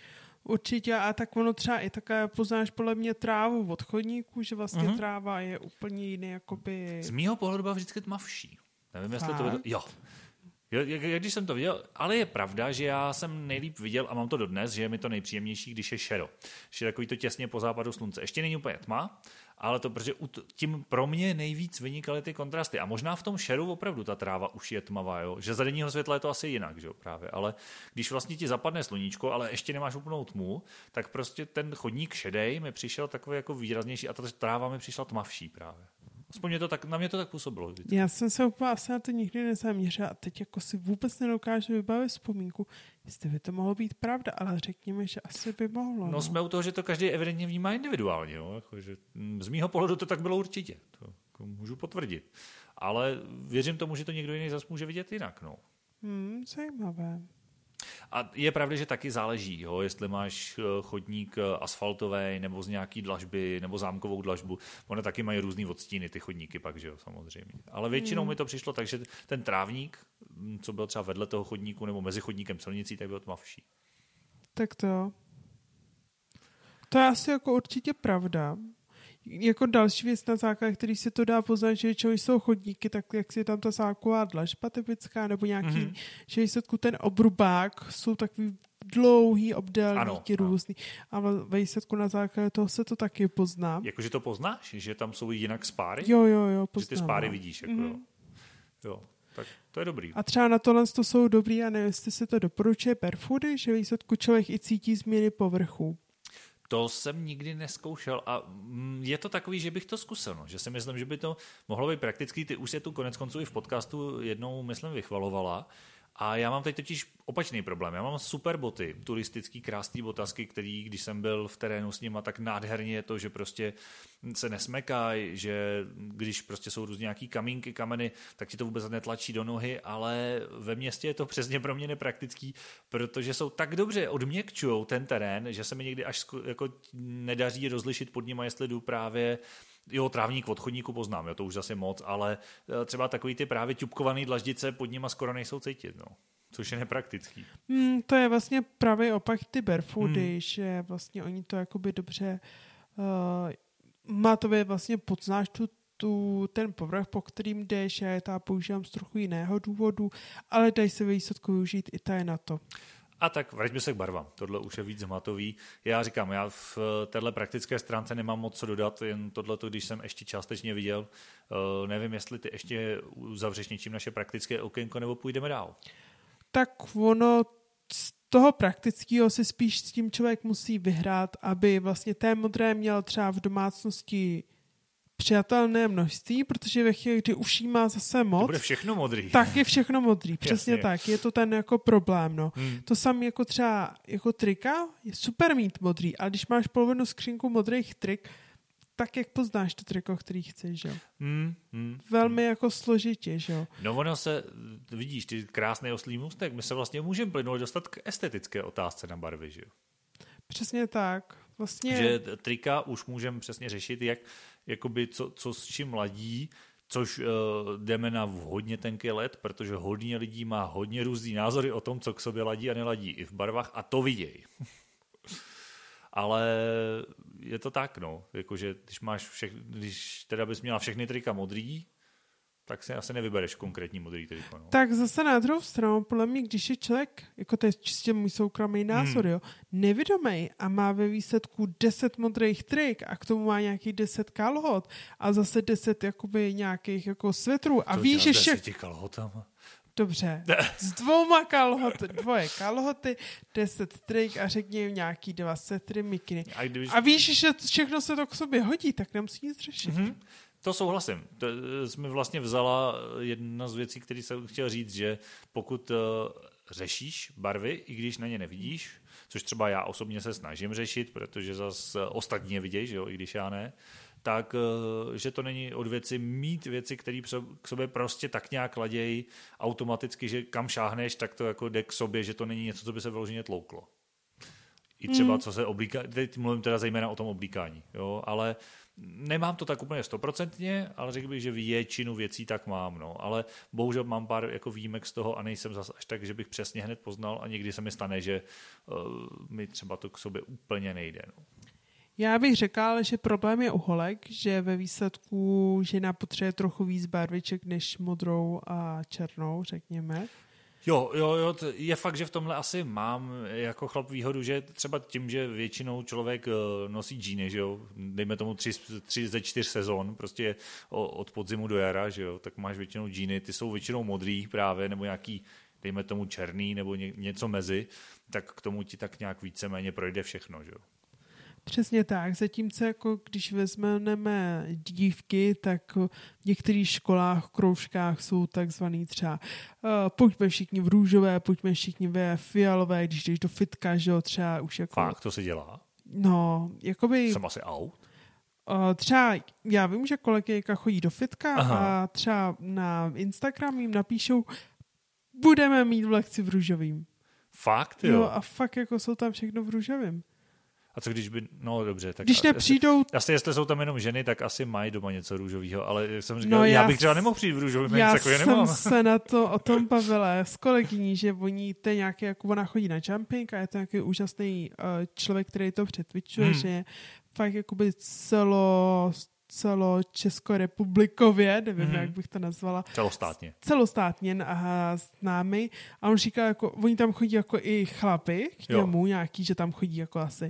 Určitě a tak ono třeba i také poznáš podle mě trávu od chodníku, že vlastně uh-huh. tráva je úplně jiný, jakoby... Z mýho pohledu byla vždycky tmavší. Nevím, jestli to... Jo. Jak, jak když jsem to viděl, ale je pravda, že já jsem nejlíp viděl a mám to dodnes, že je mi to nejpříjemnější, když je šero. Když je takový to těsně po západu slunce. Ještě není úplně tma, ale to, protože tím pro mě nejvíc vynikaly ty kontrasty. A možná v tom šeru opravdu ta tráva už je tmavá, jo? Že za denního světla je to asi jinak, že jo, právě. Ale když vlastně ti zapadne sluníčko, ale ještě nemáš úplnou tmu, tak prostě ten chodník šedej mi přišel takový jako výraznější a ta tráva mi přišla tmavší právě. Aspoň mě to tak, na mě to tak působilo. Vždycky. Já jsem se úplně asi na to nikdy nezaměřila a teď jako si vůbec nedokážu vybavit vzpomínku, jestli by to mohlo být pravda, ale řekněme, že asi by mohlo. No, no. Jsme u toho, že to každý evidentně vnímá individuálně. Jo? Jako, že z mýho pohledu to tak bylo určitě. To jako můžu potvrdit. Ale věřím tomu, že to někdo jiný zase může vidět jinak. No. Hmm, zajímavé. A je pravda, že taky záleží, jo, jestli máš chodník asfaltový nebo z nějaký dlažby nebo zámkovou dlažbu. Ono taky mají různý odstíny ty chodníky pak, že jo, samozřejmě. Ale většinou hmm. mi to přišlo tak, že ten trávník, co byl třeba vedle toho chodníku nebo mezi chodníkem silnicí, tak byl tmavší. Tak to. To je asi jako určitě pravda. Jako další věc na základě, který se to dá poznat, že čo jsou chodníky, tak jak je tam ta záková dlažba typická, nebo nějaký, mm-hmm. že výsledku ten obrubák jsou takový dlouhý, obdélníky různý. A ve výsledku na základě toho se to taky pozná. Jakože to poznáš? Že tam jsou jinak spáry? Jo, jo, jo, poznám. Že ty spáry vidíš, jako mm-hmm. jo. jo. tak to je dobrý. A třeba na tohle to jsou dobrý, a nevím, jestli se to doporučuje Barefoody, že výsledku člověk i cítí změny povrchu. To jsem nikdy neskoušel a je to takový, že bych to zkusil, no. Že si myslím, že by to mohlo být praktický. Ty už se tu konec konců i v podcastu jednou, myslím, vychvalovala. A já mám teď totiž opačný problém. Já mám super boty, turistický, krásný botasky, který, když jsem byl v terénu s nima, tak nádherně je to, že prostě se nesmekají, že když prostě jsou různě nějaký kamínky, kameny, tak ti to vůbec netlačí do nohy, ale ve městě je to přesně pro mě nepraktický, protože jsou tak dobře odměkčujou ten terén, že se mi někdy až jako nedaří rozlišit pod nima, jestli jdu právě jo, trávník od chodníku poznám, jo, to už zase moc, ale třeba takový ty právě ťupkovaný dlaždice pod nima skoro nejsou cítit, no. Což je nepraktický. Hmm, to je vlastně právě opak ty Barefoody, hmm. že vlastně oni to jakoby dobře uh, má to být vlastně poznáš tu, tu, ten povrch, po kterým jdeš, já je ta používám z trochu jiného důvodu, ale dají se výsledku využít i tady na to. A tak vraťme se k barvám. Tohle už je víc hmatový. Já říkám, já v téhle praktické stránce nemám moc co dodat, jen tohleto, když jsem ještě částečně viděl. Uh, nevím, jestli ty ještě uzavřeš něčím naše praktické okénko, nebo půjdeme dál. Tak ono z toho praktického si spíš s tím člověk musí vyhrát, aby vlastně té modré měl třeba v domácnosti přijatelné množství, protože ve chvíli, kdy už jí má zase moc, to bude všechno modrý. Tak je všechno modrý, přesně Jasně. tak. Je to ten jako problém, no. Hmm. To samé jako třeba jako trika, je super mít modrý, ale když máš polovinu skřínku modrých trik, tak jak poznáš to triko, který chceš, že jo? Hmm, hmm, Velmi hmm. jako složitě, že jo? No ono se, vidíš, ty krásný oslý můstek, my se vlastně můžeme plynule dostat k estetické otázce na barvy, že jo? Přesně tak. Vlastně... Že trika už můžeme přesně řešit, jak, jakoby co, co s čím ladí, což uh, jdeme na hodně tenký led, protože hodně lidí má hodně různý názory o tom, co k sobě ladí a neladí i v barvách a to viděj. Ale je to tak, no, jakože když máš všech, když teda bys měla všechny trika modrý, tak si asi nevybereš konkrétní modrý triko. No. Tak zase na druhou stranu, podle mě, když je člověk, jako to je čistě můj soukromý názor, hmm. jo, nevědomej a má ve výsledku deset modrých trik a k tomu má nějakých deset kalhot a zase deset jakoby nějakých jako svetrů a ví, že všech... kalhotama? Dobře, s dvouma kalhoty, dvoje kalhoty, deset trik a řekněme nějaký dva setry mikiny. A, když... a víš, že všechno se to k sobě hodí, tak nemusí nic řešit. Mm-hmm. To souhlasím. To jsme vlastně vzala jedna z věcí, které jsem chtěl říct, že pokud uh, řešíš barvy, i když na ně nevidíš, což třeba já osobně se snažím řešit, protože zase ostatní je vidějí, že jo, i když já ne, tak, uh, že to není od věci mít věci, které k sobě prostě tak nějak ladějí automaticky, že kam šáhneš, tak to jako jde k sobě, že to není něco, co by se vyloženě tlouklo. I třeba, mm. co se oblíká, teď mluvím teda zejména o tom oblíkání, jo, ale nemám to tak úplně stoprocentně, ale řekl bych, že většinu věcí tak mám, no, ale bohužel mám pár jako výjimek z toho a nejsem zase až tak, že bych přesně hned poznal a někdy se mi stane, že uh, mi třeba to k sobě úplně nejde, no. Já bych řekla, že problém je u holek, že ve výsledku žena potřebuje trochu víc barviček než modrou a černou, řekněme. Jo, jo, jo, je fakt, že v tomhle asi mám jako chlap výhodu, že třeba tím, že většinou člověk nosí džíny, že jo, dejme tomu tři, tři ze čtyř sezon, prostě od podzimu do jara, že jo, tak máš většinou džíny, ty jsou většinou modrý právě, nebo nějaký, dejme tomu černý, nebo ně, něco mezi, tak k tomu ti tak nějak víceméně projde všechno, že jo. Přesně tak, zatímco jako když vezmeme dívky, tak v některých školách, kroužkách jsou takzvaný třeba uh, pojďme všichni v růžové, pojďme všichni ve fialové, když jdeš do fitka, že jo, třeba už jako... Fakt, to se dělá? No, jakoby... Jsem asi out? Uh, třeba, já vím, že kolegejka chodí do fitka. Aha. A třeba na Instagram jim napíšou budeme mít v lekci v růžovým. Fakt, jo? Jo, a fakt jako jsou tam všechno v růžovým. A co když by, no dobře, tak když nepřijdou... Asi, asi jestli jsou tam jenom ženy, tak asi mají doma něco růžového, ale jak jsem říkal, no já, já bych třeba nemohl přijít v růžovém, já nic jsem nemám. se na to o tom bavila s kolegyní, že oni, to je nějaký, jako ona chodí na jumping a je to nějaký úžasný uh, člověk, který to přetvičuje, hmm. že je fakt jakoby celo... celo českorepublikově, nevím, mm-hmm. jak bych to nazvala. Celostátně. Celostátně a známý. A on říká, jako, oni tam chodí jako i chlapy k němu, jo. nějaký, že tam chodí jako asi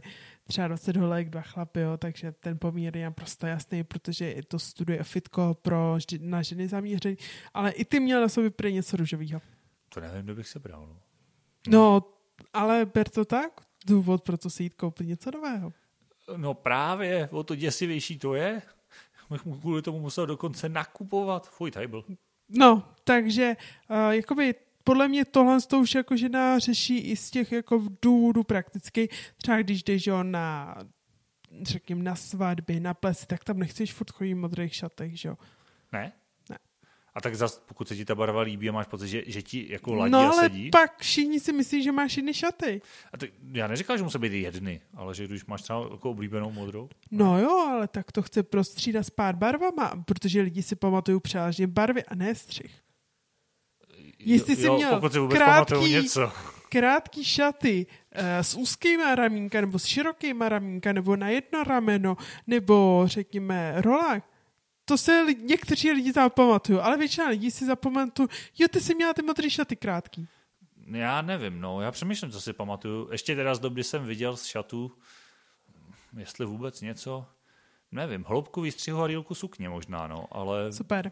třeba dvacet holek, dva chlapy, jo, takže ten poměr je naprosto jasný, protože to studuje fitko pro na ženy zaměřený, ale i ty měl na sobě prý něco růžovýho. To nevím, kdo bych se bral. No, no ale ber to tak, důvod pro to si jít koupit něco nového. No právě, o to děsivější to je. Bych kvůli tomu musel dokonce nakupovat. Fuj, tady byl. No, takže uh, jakoby podle mě tohle to už jako žena řeší i z těch jako důvodů prakticky. Třeba když jdeš jo, na, řekněme, na svatby, na plesy, tak tam nechceš furt chodit v modrých šatech, že jo? Ne? Ne. A tak zase, pokud se ti ta barva líbí a máš pocit, že, že ti jako ladí no, a ale sedí. pak všichni si myslí, že máš jedny šaty. A tak já neříkám, že musí být jedny, ale že když máš třeba jako oblíbenou modrou. No jo, ale tak to chce prostřídat s pár barvama, protože lidi si pamatují převážně barvy a ne střih. Jestli jsi jo, měl pokud si vůbec krátký, něco. krátký šaty uh, s úzkýma ramínka nebo s širokýma ramínka nebo na jedno rameno nebo řekněme rolák, to se li, někteří lidi zapamatují, ale většina lidí si zapamatují, jo, ty jsi měla ty modrý šaty krátký. Já nevím, no, já přemýšlím, co si pamatuju. Ještě teda z doby jsem viděl z šatů, jestli vůbec něco, nevím, hloubkový střihu a dílku sukně možná, no, ale... Super.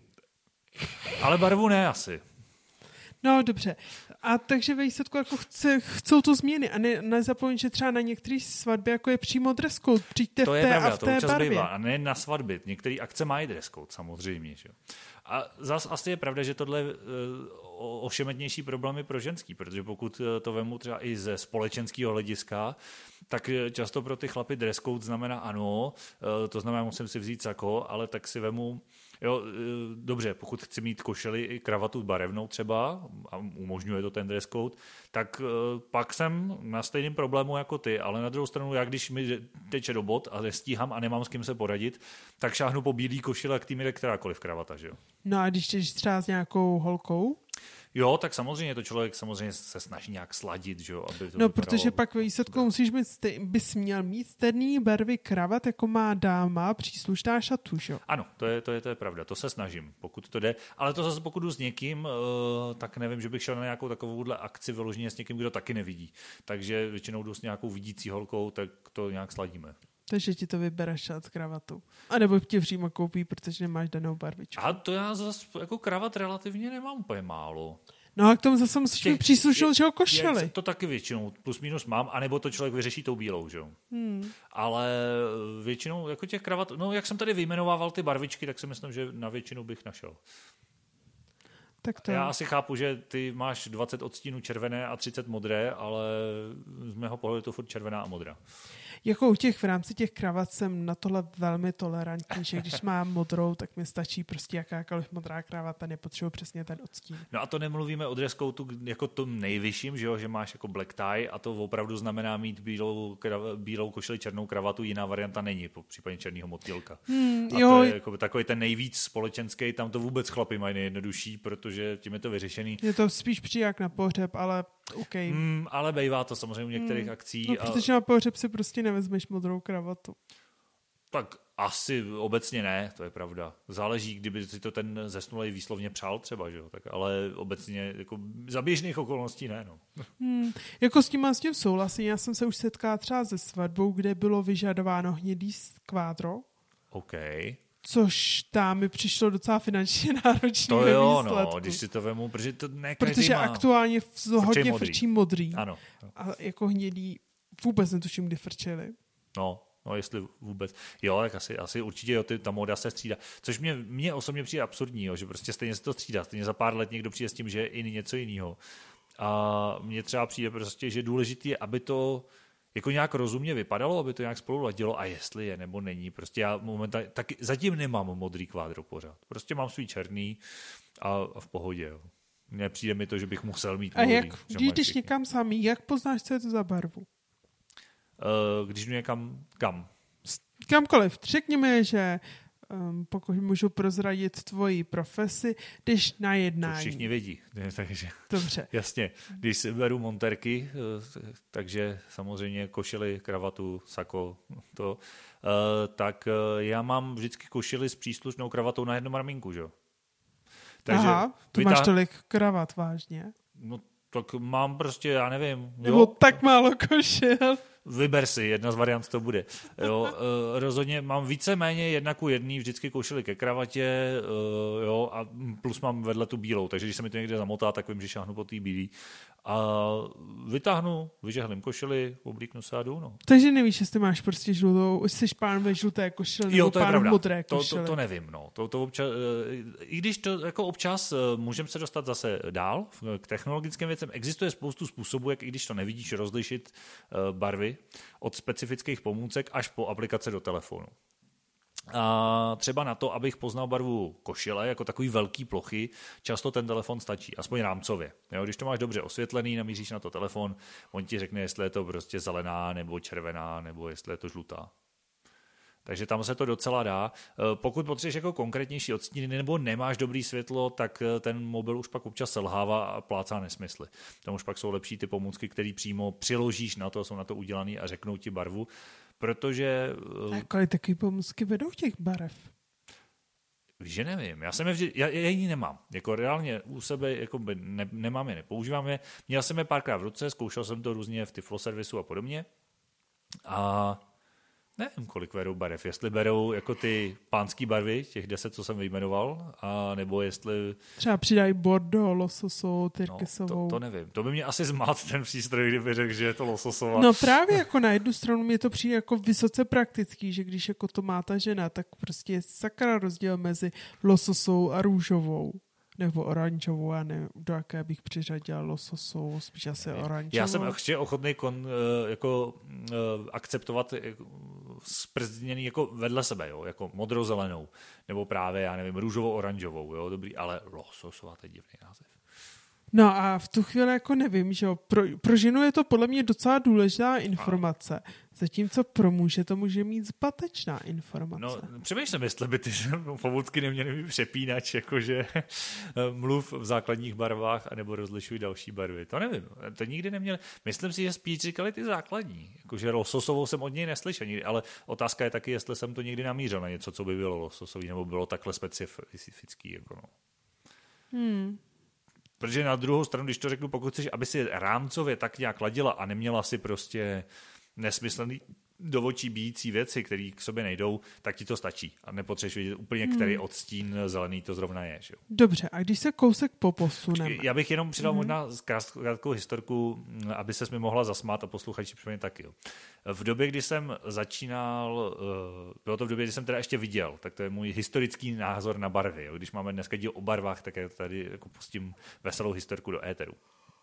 Ale barvu ne asi. No, dobře. A takže ve výsledku jako chce, chcou to změny a ne, nezapomeň, že třeba na některé svatbě jako je přímo dress code. Přijďte to v té je pravda, a v té to občas barvě. bývá. A ne na svatby. Některé akce mají dress code, samozřejmě. Že? A zase asi je pravda, že tohle je uh, ošemetnější problémy pro ženský, protože pokud to vemu třeba i ze společenského hlediska, tak často pro ty chlapy dress code znamená ano, uh, to znamená, musím si vzít sako, ale tak si vemu jo, dobře, pokud chci mít košeli i kravatu barevnou třeba a umožňuje to ten dress code, tak uh, pak jsem na stejným problému jako ty, ale na druhou stranu já, když mi teče do bod a nestíhám a nemám s kým se poradit, tak šáhnu po bílý košile a k tým jde kterákoliv kravata, že jo. No a když jdeš třeba s nějakou holkou? Jo, tak samozřejmě to člověk samozřejmě se snaží nějak sladit, že jo, aby to No, vypadalo, protože pak ve výsledku musíš mít, stej, bys měl mít stejný barvy kravat, jako má dáma příslušná šatu, že jo? Ano, to je, to, je, to je pravda, to se snažím, pokud to jde, ale to zase pokud jdu s někým, uh, tak nevím, že bych šel na nějakou takovouhle akci vyloženě s někým, kdo taky nevidí, takže většinou jdu s nějakou vidící holkou, tak to nějak sladíme. Takže ti to vybere šat s kravatou. A nebo ti přímo koupí, protože nemáš danou barvičku. A to já zase jako kravat relativně nemám úplně málo. No a k tomu zase musíš mít příslušnou, že ho košeli. To taky většinou plus minus mám, anebo to člověk vyřeší tou bílou, že jo. Hmm. Ale většinou jako těch kravat, no jak jsem tady vyjmenovával ty barvičky, tak si myslím, že na většinu bych našel. Tak to... Já asi chápu, že ty máš dvacet odstínů červené a třicet modré, ale z mého pohledu je to furt červená a modrá. Jako u těch, v rámci těch kravat jsem na tohle velmi tolerantní, že když mám modrou, tak mi stačí prostě jakákoliv modrá kravata, nepotřebuji přesně ten odstín. No a to nemluvíme o dress codeu jako tom nejvyšším, že jo, že máš jako black tie a to opravdu znamená mít bílou, bílou košili, černou kravatu, jiná varianta není, po případě černýho motýlka. Hmm, a jo. to je jako takový ten nejvíc společenský, tam to vůbec chlapi mají nejjednodušší, protože tím je to vyřešený. Je to spíš přijak na pohřeb, ale OK. Hmm, ale bejvá to samozřejmě u některých hmm. akcí. No, protože a... na pohřeb si prostě nevezmeš modrou kravatu. Tak asi obecně ne, to je pravda. Záleží, kdyby si to ten zesnulej výslovně přál třeba, že jo, tak ale obecně jako za běžných okolností ne, no. Hmm, jako s tím a s tím souhlasím, já jsem se už setkala třeba se svatbou, kde bylo vyžadováno hnědý kvádro. OK. Což tam mi přišlo docela finančně náročný. To jo, no, když si to vemu, protože to ne každý Protože má. aktuálně hodně modrý. frčí modrý. Ano. A jako hnědý vůbec netuším, kdy frčeli. No, no jestli vůbec. Jo, tak asi, asi určitě jo, ty, ta móda se střídá. Což mě, mě osobně přijde absurdní, jo, že prostě stejně se to střídá. Stejně za pár let někdo přijde s tím, že je i něco jiného. A mně třeba přijde prostě, že důležité je, aby to jako nějak rozumně vypadalo, aby to nějak spolu ladilo a jestli je nebo není. Prostě já momentálně, taky zatím nemám modrý kvádro pořád. Prostě mám svůj černý a, a v pohodě. Jo. Nepřijde mi to, že bych musel mít modrý. A jak, když jdeš někam samý, jak poznáš, co je to za barvu? Uh, když jdu někam, kam? Kamkoliv. Řekněme, že um, pokud můžu prozradit tvoji profesi, jdeš na jednání. To všichni vědí. Takže, dobře. Jasně. Když si beru monterky, takže samozřejmě košili, kravatu, sako, to, tak já mám vždycky košili s příslušnou kravatou na jednom ramínku, že jo? Aha, tu vytáh... máš tolik kravat, vážně? No tak mám prostě, já nevím. Nebo jo? tak málo košil. vyber si, jedna z variant to bude. Jo, rozhodně mám víceméně jedna ku jedný vždycky košili ke kravatě, jo, a plus mám vedle tu bílou, takže když se mi to někde zamotá, tak vím, že šáhnu po té bílý. A vytáhnu, vyžehlím košili, oblíknu se a jdu, no. Takže nevíš, jestli máš prostě žlutou, jsi pán ve žluté košili, nebo jo, to pán v modré to, košili. To, to nevím, no. To, to občas, I když to jako občas můžeme se dostat zase dál k technologickým věcem, existuje spoustu způsobů, jak i když to nevidíš, rozlišit barvy od specifických pomůcek až po aplikace do telefonu. A třeba na to, abych poznal barvu košile, jako takový velký plochy, často ten telefon stačí, aspoň rámcově. Jo, když to máš dobře osvětlený, namíříš na to telefon, on ti řekne, jestli je to prostě zelená, nebo červená, nebo jestli je to žlutá. Takže tam se to docela dá. Pokud potřebuješ jako konkrétnější odstíny nebo nemáš dobrý světlo, tak ten mobil už pak občas selhává a plácá nesmysly. Tam už pak jsou lepší ty pomůcky, které přímo přiložíš na to, jsou na to udělaný a řeknou ti barvu. Protože... A kolik takový pomůcky vedou těch barev? Že nevím, já jsem je vždy, já, já ji nemám, jako reálně u sebe jako ne, nemám je, nepoužívám je, měl jsem je párkrát v ruce, zkoušel jsem to různě v Tiflo servisu a podobně a nevím, kolik berou barev, jestli berou jako ty pánský barvy, těch deset, co jsem vyjmenoval, a nebo jestli... Třeba přidají bordeaux, lososovou, tyrkysovou. No, to, to nevím, to by mě asi zmát ten přístroj, kdyby řekl, že je to lososová. No právě jako na jednu stranu mě to přijde jako vysoce praktický, že když jako to má ta žena, tak prostě je sakra rozdíl mezi lososovou a růžovou. Nebo oranžovou, já nevím, do jaké bych přiřadil lososovou, spíš asi oranžovou. Já jsem ještě ochotný kon, jako, akceptovat zprzděný jako vedle sebe, jo, jako modrozelenou, nebo právě, já nevím, růžovou, oranžovou, jo, dobrý, ale lososová, to je divný název. No a v tu chvíli jako nevím, že jo, pro, pro ženu je to podle mě docela důležitá informace, zatímco pro muže to může mít zbatečná informace. No, přemýšlím, jestli by ty pomůcky neměly mít přepínač, jakože mluv v základních barvách, anebo rozlišuj další barvy. To nevím, to nikdy neměli. Myslím si, že spíš říkali ty základní, jakože lososovou jsem od něj neslyšel nikdy, ale otázka je taky, jestli jsem to někdy namířil na něco, co by bylo lososový, nebo bylo takhle specifický. Jako no. Hmm. Protože na druhou stranu, když to řeknu, pokud chceš, aby si rámcově tak nějak ladila a neměla si prostě nesmyslný do očí bíjící věci, které k sobě nejdou, tak ti to stačí. A nepotřebuješ vidět úplně, hmm. který odstín zelený to zrovna je. Že? Dobře, a když se kousek poposuneme? Já bych jenom přidal hmm. možná krátkou historku, aby ses mi mohla zasmát a posluchači při mě taky. Jo. V době, kdy jsem začínal, bylo to v době, kdy jsem teda ještě viděl, tak to je můj historický názor na barvy. Jo. Když máme dneska díl o barvách, tak já tady jako pustím veselou historku do éteru.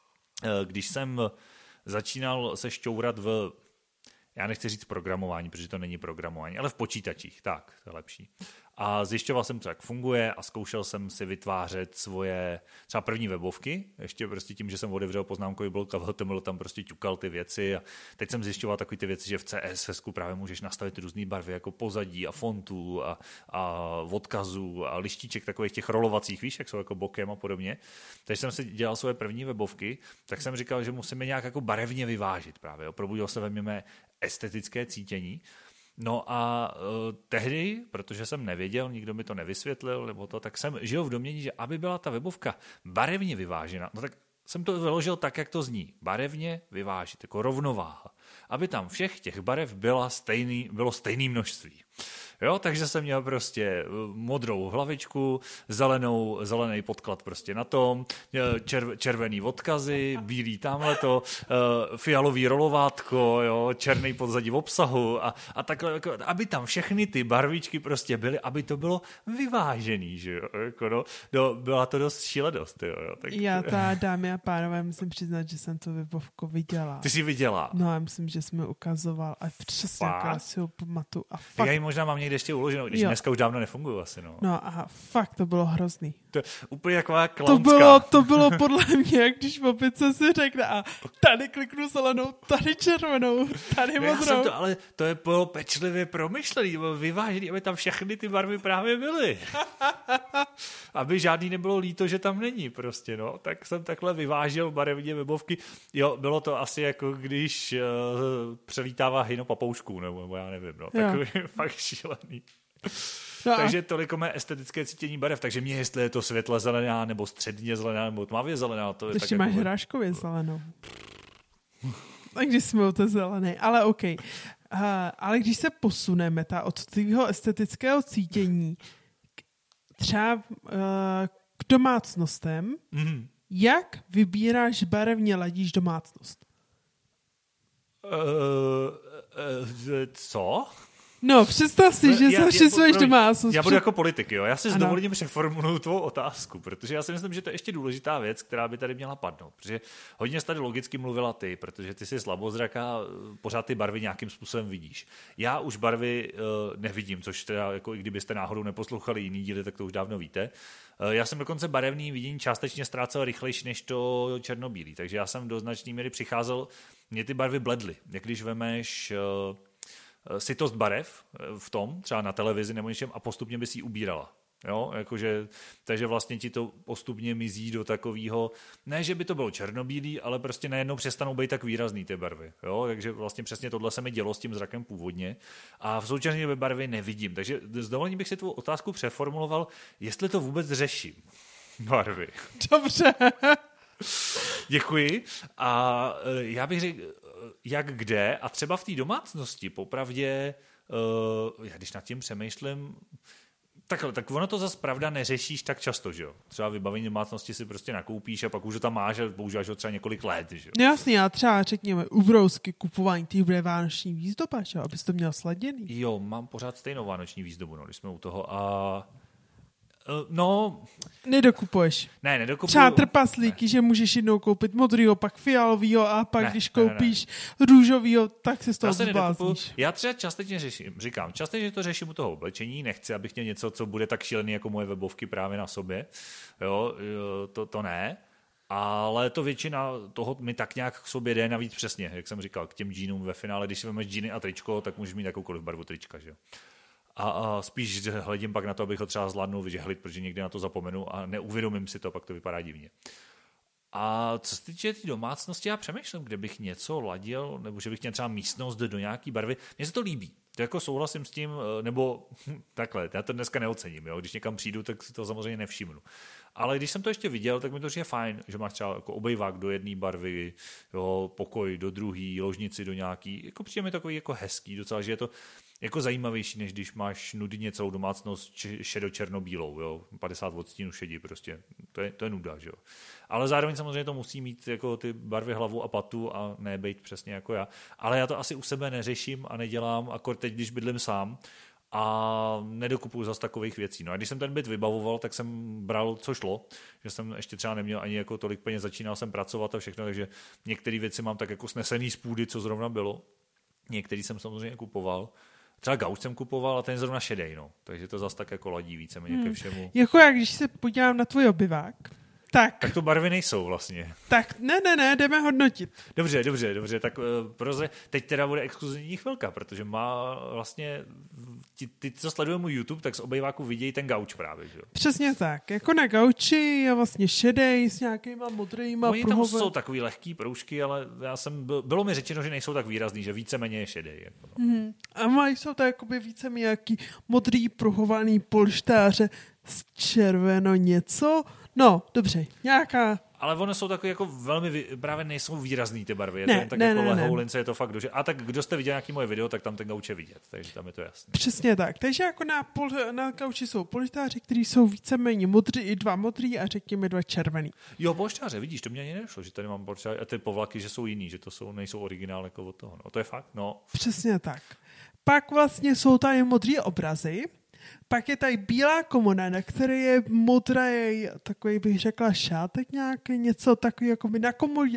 Když jsem začínal se šťourat v, já nechci říct programování, protože to není programování, ale v počítačích, tak, to je lepší. A zjišťoval jsem, co jak funguje a zkoušel jsem si vytvářet svoje třeba první webovky, ještě prostě tím, že jsem otevřel poznámkový blok a v H T M L tam prostě ťukal ty věci a teď jsem zjišťoval takové ty věci, že v C S S ku právě můžeš nastavit různé barvy jako pozadí a fontů a, a odkazů a lištíček takových těch rolovacích, víš, jak jsou jako bokem a podobně. Takže jsem si dělal svoje první webovky, tak jsem říkal, že musíme nějak jako barevně vyvážit právě. Jo. Probudil se ve mně estetické cítění. No a uh, tehdy, protože jsem nevěděl, nikdo mi to nevysvětlil, nebo to, tak jsem žil v domnění, že aby byla ta webovka barevně vyvážena, no tak jsem to vyložil tak, jak to zní. Barevně vyvážit, jako rovnováha. Aby tam všech těch barev byla stejný, bylo stejné množství. Jo, takže jsem měl prostě modrou hlavičku, zelenou, zelený podklad prostě na tom, červ, červený odkazy, bílý tamhleto, fialový rolovátko, jo, černý podzadí v obsahu a, a takhle, jako, aby tam všechny ty barvičky prostě byly, aby to bylo vyvážený, že jo, jako no, no byla to dost šíledost, jo. jo tak... Já ta, dámy a pánové, musím přiznat, že jsem to webovku viděla. Ty jsi viděla? No, já myslím, že jsme ukazoval a přesně já si ho pamatuju. A fakt... Já ji možná mám někde ještě uloženou, když jo. Dneska už dávno nefungují asi, no. No a fakt to bylo hrozný. To úplně taková klaunská. To bylo, to bylo podle mě, když v opice si řekne a tady kliknu zelenou, tady červenou, tady no modrou. Já jsem to, ale to je bylo pečlivě promyšlený, vyvážený, aby tam všechny ty barvy právě byly. Aby žádný nebylo líto, že tam není prostě, no. Tak jsem takhle vyvážil barevně webovky. Jo, bylo to asi jako když uh, přelítává hejno papoušků, nebo, nebo já nevím, no. Takový fakt šílený. No takže toliko mé estetické cítění barev, takže mě jestli je to světle zelená, nebo středně zelená, nebo tmavě zelená, to je ještě tak máš jako... hráškově zelenou. A když jsme o to zelený, ale OK. Uh, ale když se posuneme ta od tvého estetického cítění k, třeba uh, k domácnostem, mm. jak vybíráš barevně ladíš domácnost? Uh, uh, co? No, představ si, že se všisuješ domácnost. Já budu jako politik, jo. Já si s dovolením přeformuluju tvou otázku, protože já si myslím, že to je ještě důležitá věc, která by tady měla padnout. Protože hodně jsi tady logicky mluvila ty, protože ty jsi slabozraka, pořád ty barvy nějakým způsobem vidíš. Já už barvy uh, nevidím, což teda, jako i kdybyste náhodou neposlouchali jiný díly, tak to už dávno víte. Uh, já jsem dokonce barevný vidění částečně ztrácel rychlejší než to černobílý, takže já jsem do značné míry přicházel, mě ty barvy bledly. Jak když vemeš uh, sytost barev v tom, třeba na televizi nebo něčem, a postupně by si ji ubírala. Jo? Jakože, takže vlastně ti to postupně mizí do takového, ne, že by to bylo černobílý, ale prostě najednou přestanou být tak výrazný ty barvy. Jo? Takže vlastně přesně tohle se mi dělo s tím zrakem původně a v současné době barvy nevidím. Takže s dovolením bych si tu otázku přeformuloval, jestli to vůbec řeším. Barvy. Dobře. Děkuji. A já bych řekl, jak kde, a třeba v té domácnosti, popravdě, uh, já když nad tím přemýšlím, takhle, tak ono to zase pravda neřešíš tak často, že jo? Třeba vybavení domácnosti si prostě nakoupíš a pak už ho tam máš a používáš ho třeba několik let, že jo? No jasně, a třeba řekněme ubrousky kupování té vánoční výzdoba, že jo? Abys to měl sladěný. Jo, mám pořád stejnou vánoční výzdobu, no, když jsme u toho a... No... Nedokupuješ. Ne, nedokupuju. Třeba trpaslíky, ne. Že můžeš jednou koupit modrýho, pak fialovýho a pak ne, když koupíš ne, ne. růžovýho, tak se z toho zblázníš. Já třeba částečně řeším, říkám, částečně to řeším u toho oblečení, nechci, abych měl něco, co bude tak šílený jako moje webovky právě na sobě. Jo, to, to ne. Ale to většina toho mi tak nějak k sobě jde, navíc přesně, jak jsem říkal, k těm džínům ve finále, když si vezmeš džíny a tričko, tak můžeš mít jakoukoliv barvu trička, že jo. A, a spíš hledím pak na to, abych ho třeba zvládnul vyžehlit, protože někdy na to zapomenu a neuvědomím si to, pak to vypadá divně. A co se týče té domácnosti, já přemýšlím, kde bych něco ladil, nebo že bych měl třeba místnost do nějaký barvy. Mně se to líbí. To jako souhlasím s tím, nebo takhle, já to dneska neocením. Jo? Když někam přijdu, tak si to samozřejmě nevšimnu. Ale když jsem to ještě viděl, tak mi to je fajn, že máš třeba jako obejvák do jedné barvy, jo, pokoj do druhé, ložnici do nějaký. Jako přijde mi takový jako hezký docela, že je to jako zajímavější, než když máš nudně celou domácnost šedo-černobílou, jo, padesát odstínů šedí prostě, to je, to je nuda, že jo. Ale zároveň samozřejmě to musí mít jako ty barvy hlavu a patu a ne být přesně jako já. Ale já to asi u sebe neřeším a nedělám, akor teď, když bydlím sám a nedokupuju zas takových věcí. No a když jsem ten byt vybavoval, tak jsem bral, co šlo, že jsem ještě třeba neměl ani jako tolik peněz, začínal jsem pracovat a všechno, takže některé věci mám tak jako snesený z půdy, co zrovna bylo. Některý jsem samozřejmě kupoval. Třeba gauč jsem kupoval a ten je zrovna šedej, no. Takže to zase tak jako ladí víceméně hmm. ke všemu. Jako jak když se podívám na tvůj obyvák, tak... Tak to barvy nejsou vlastně. Tak ne, ne, ne, jdeme hodnotit. Dobře, dobře, dobře, tak uh, proze, teď teda bude exkluzivní chvilka, protože má vlastně, ty, ty co sledují můj YouTube, tak z obejváku vidějí ten gauč právě, že jo? Přesně tak, jako na gauči je vlastně šedej s nějakýma modrýma Oni tam jsou takový lehký proužky, ale já jsem, bylo mi řečeno, že nejsou tak výrazný, že víceméně je šedej. Jako no. mm, a mají jsou to jakoby víceméně nějaký modrý pruhovaný polštáře s červeno něco. No, dobře, nějaká... Ale ono jsou takové jako velmi, právě nejsou výrazný ty barvy, je ne, to jen tak ne, jako ne, lehoulince, je to fakt dože. A tak kdo jste viděl nějaký moje video, tak tam ten gauč je vidět, takže tam je to jasné. Přesně tak, takže jako na, pol, na gauči jsou polštáři, kteří jsou víceméně modrý, i dva modrý a řekněme dva červený. Jo, polštáře, vidíš, to mě ani nešlo, že tady mám polštáře a ty povlaky, že jsou jiný, že to jsou, nejsou originál jako od toho. No, to je fakt, no. Přesně tak. Pak vlastně jsou tady modrý obrazy. Pak je tady bílá komoda, na které je modrý, takový bych řekla šátek nějaký, něco takový, jako by na komodě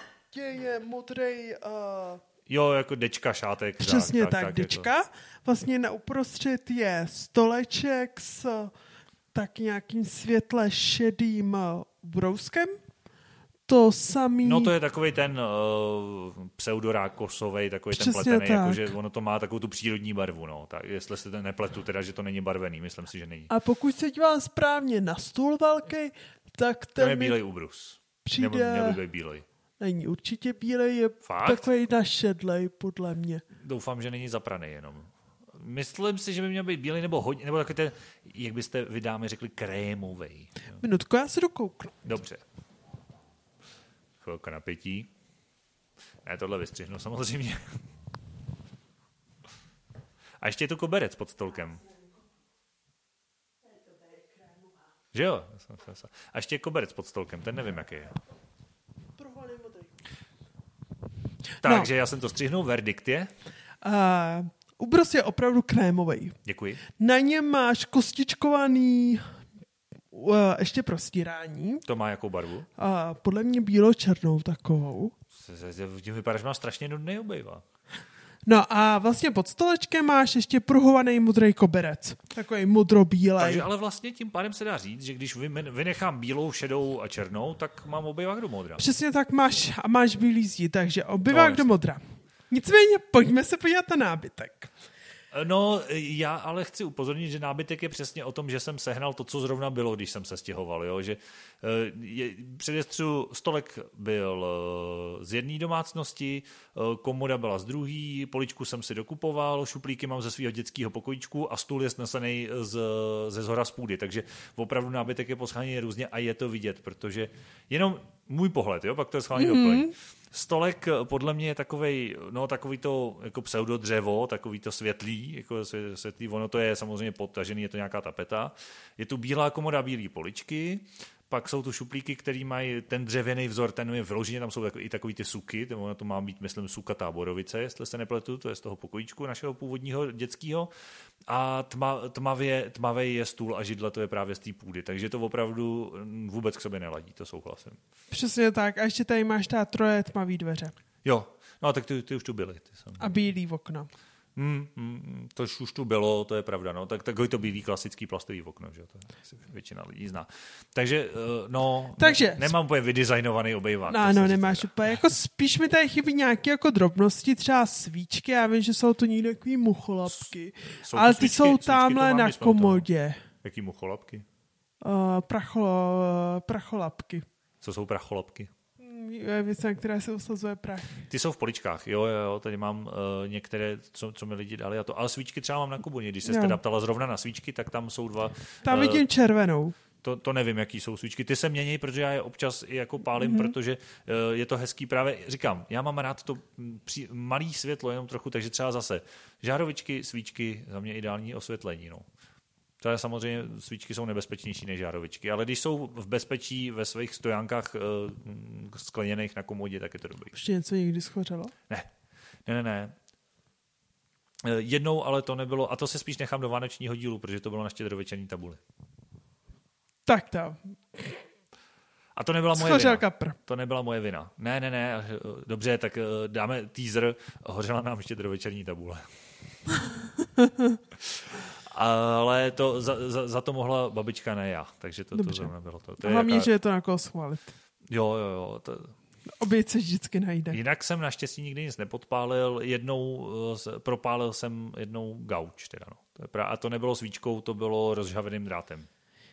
je modrý... Uh, jo, jako dečka, šátek. Přesně tak, tak, tak, tak dečka. To. Vlastně na uprostřed je stoleček s tak nějakým světle šedým brouskem. To samý... No to je takový ten uh, pseudorákosovej, takový Přesně ten pletený, tak. Jakože ono to má takovou tu přírodní barvu, no. Tak jestli se to nepletu, teda, že to není barvený, myslím si, že není. A pokud se dívám správně na stůl velký, tak ten to je bílej ubrus. Přijde... Nebo měl by být bílej. Není určitě bílej, je Fakt? takový našedlej, podle mě. Doufám, že není zapraný jenom. Myslím si, že by měl být bílej nebo hodně, nebo takový ten, jak byste vy dámy řekli, krémovej. Minutku, já se dokouknu. Dobře. Chvilka napětí. Ne, tohle vystřihnu samozřejmě. A ještě je tu koberec pod stolkem. Že jo? A ještě je koberec pod stolkem, ten nevím, jaký je. Takže no. Já jsem to střihnul, verdikt je? Uh, ubros je opravdu krémovej. Děkuji. Na něm máš kostičkovaný uh, ještě prostírání. To má jakou barvu? Uh, podle mě bílo-černou takovou. Tím vypadá, že má strašně nudný obejvák. No a vlastně pod stolečkem máš ještě pruhovaný modrý koberec. Takový modro-bílej. Takže ale vlastně tím pádem se dá říct, že když vynechám bílou, šedou a černou, tak mám obejvák do modra. Přesně tak máš a máš bílý zdi, takže obejvák no, do modra. Nicméně pojďme se podívat na nábytek. No, já ale chci upozornit, že nábytek je přesně o tom, že jsem sehnal to, co zrovna bylo, když jsem se stěhoval. Jo? Že je, předestřu stolek byl z jedné domácnosti, komoda byla z druhé, poličku jsem si dokupoval, šuplíky mám ze svého dětského pokojíčku a stůl je snesený z, ze zhora z půdy. Takže opravdu nábytek je poscháněný různě a je to vidět, protože jenom můj pohled, jo? Pak to je schválně mm-hmm. doplň. Stolek podle mě je takovej, no takový to jako pseudodřevo, takový to světlý, jako světlý, ono to je samozřejmě podtažený, je to nějaká tapeta. Je tu bílá komoda, bílý poličky, pak jsou tu šuplíky, který mají ten dřevěný vzor, ten je vyloženě, tam jsou i takový ty suky, ono to má být, myslím, suka táborovice, jestli se nepletu, to je z toho pokojíčku našeho původního dětského. A tma, tmavě, tmavý je stůl a židle, to je právě z té půdy, takže to opravdu vůbec k sobě neladí, to souhlasím. Přesně tak, a ještě tady máš ta troje tmavý dveře. Jo, no tak ty, ty už tu byly. Ty jsem... A bílý okno. Hmm, hmm, to už tu bylo, to je pravda, no, tak takový to bílý klasický plastový okno, že to většina lidí zná. Takže, no, Takže, ne, nemám úplně vydesignovaný obejvák. No, no nemáš úplně, jako spíš mi tady chybí nějaké jako drobnosti, třeba svíčky, já vím, že jsou to někde takový mucholapky, jsou ale ty svíčky, jsou tamhle na komodě. Jaký mucholapky? Uh, pracholo, uh, pracholapky. Co jsou pracholapky? Je věc, na které se usazuje prach. Ty jsou v poličkách, jo, jo, tady mám uh, některé, co, co mi lidi dali a to, ale svíčky třeba mám na Kuboně, když se teda ptala zrovna na svíčky, tak tam jsou dva. Tam vidím uh, červenou. To, to nevím, jaký jsou svíčky. Ty se mění, protože já je občas i jako pálím, mm-hmm. protože uh, je to hezký právě, říkám, já mám rád to při, malý světlo, jenom trochu, takže třeba zase žárovičky, svíčky, za mě ideální osvětlení, no. To je samozřejmě, svíčky jsou nebezpečnější než žárovičky, ale když jsou v bezpečí ve svých stojánkách uh, skleněných na komodě, tak je to dobrý. Ještě něco někdy schořelo? Ne, ne, ne, ne. Jednou, ale to nebylo, a to se spíš nechám do vánočního dílu, protože to bylo na štědrovečerní tabuli. Tak to. A to nebyla moje Schořel vina. kapr. To nebyla moje vina. Ne, ne, ne, dobře, tak dáme teaser, hořela nám štědrovečerní tabule. Ale to, za, za, za to mohla babička, ne já. Takže to, to zrovna bylo to. to hlavně, jaká... že je to na koho schválit. Jo, jo, jo. To... Oběť se vždycky najde. Jinak jsem naštěstí nikdy nic nepodpálil. Jednou propálil jsem jednou gauč. Teda, no. To je pra... A to nebylo svíčkou, to bylo rozžhaveným drátem.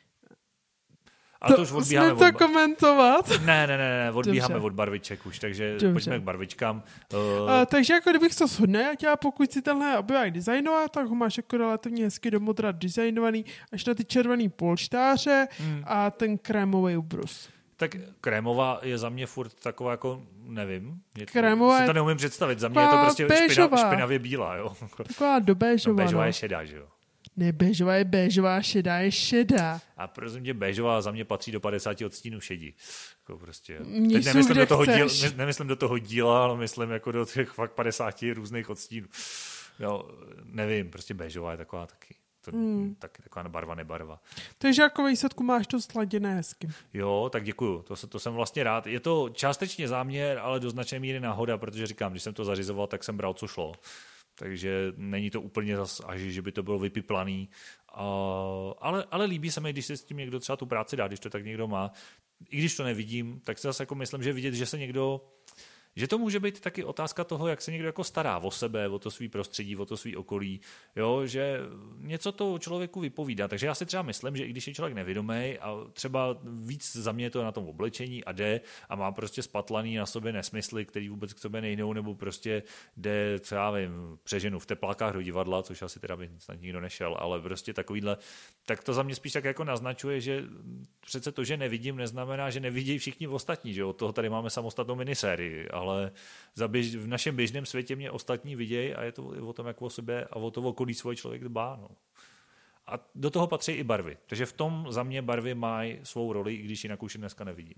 A to, to už odbíháme to od... komentovat? Ne, ne, ne, ne, odbíháme Dobře. od barviček už, takže Dobře. pojďme k barvičkám. Uh... Uh, takže jako kdybych to shodne, a pokud si tenhle obývák designovat, tak ho máš jako relativně hezky do modra designovaný, až na ty červený polštáře hmm. a ten krémový ubrus. Tak krémová je za mě furt taková jako, nevím, je, krémová si to neumím představit, za mě je to prostě špina, špinavě bílá, jo. Taková do béžová. No, béžová no. je šedá, že jo. Ne, béžová je béžová, šedá je šedá. A prosím tě, béžová za mě patří do padesáti odstínů šedí. Jako prostě. Mě Teď nemyslím do, toho díl, nemyslím do toho díla, ale myslím jako do těch fakt padesáti různých odstínů. No, nevím, prostě béžová je taková taky. To, hmm. taky taková barva, nebarva. Takže jako výsledku máš to sladěné hezky. Jo, tak děkuju, to, to jsem vlastně rád. Je to částečně záměr, ale do značné míry náhoda, protože říkám, když jsem to zařizoval, tak jsem bral, co šlo. Takže není to úplně zas až, že by to bylo vypiplaný. Uh, ale, ale líbí se mi, když se s tím někdo třeba tu práci dá, když to tak někdo má. I když to nevidím, tak si zase jako myslím, že vidět, že se někdo... Že to může být taky otázka toho, jak se někdo jako stará o sebe, o to svý prostředí, o to svý okolí, jo, že něco to člověku vypovídá. Takže já si třeba myslím, že i když je člověk nevědomý a třeba víc za mě je to na tom oblečení a jde a má prostě spatlaný na sobě nesmysly, který vůbec k sobě nejdou, nebo prostě jde, co já vím, přeženu v teplákách do divadla, což asi teda by snad nikdo nešel, ale prostě takovýhle, tak to za mě spíš tak jako naznačuje, že přece to, že nevidím, neznamená, že nevidí všichni ostatní, že od toho tady máme samostatnou minisérii a ale za běž, v našem běžném světě mě ostatní vidějí a je to o tom, jak o sebe a o to okolí svůj člověk dbá. No. A do toho patří i barvy. Takže v tom za mě barvy mají svou roli, i když jinak už dneska nevidím.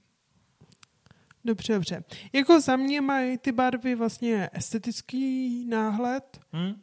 Dobře, dobře. Jako za mě mají ty barvy vlastně estetický náhled hmm?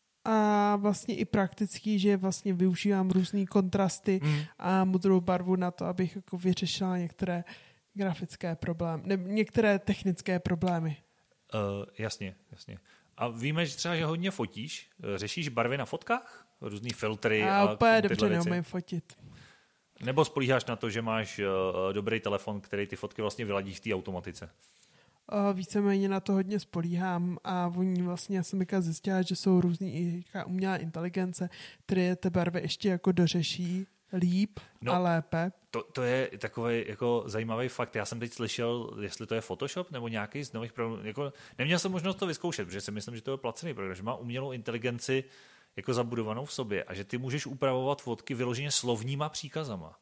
a vlastně i praktický, že vlastně využívám různý kontrasty hmm. a modrou barvu na to, abych jako vyřešila některé grafické problémy, ne, některé technické problémy. Uh, jasně, jasně. A víme, že třeba, že hodně fotíš, řešíš barvy na fotkách? Různý filtry a, a úplně dobře neumím fotit. Nebo spolíháš na to, že máš uh, dobrý telefon, který ty fotky vlastně vyladí v té automatice? Uh, víceméně na to hodně spolíhám a oni vlastně, já jsem říkala zjistila, že jsou různý i umělá inteligence, které ty barvy ještě jako dořeší líp no, a lépe. To, to je takový jako zajímavý fakt. Já jsem teď slyšel, jestli to je Photoshop nebo nějaký z nových programů. Jako, neměl jsem možnost to vyzkoušet, protože si myslím, že to je placený program, že má umělou inteligenci jako zabudovanou v sobě a že ty můžeš upravovat fotky vyloženě slovníma příkazama.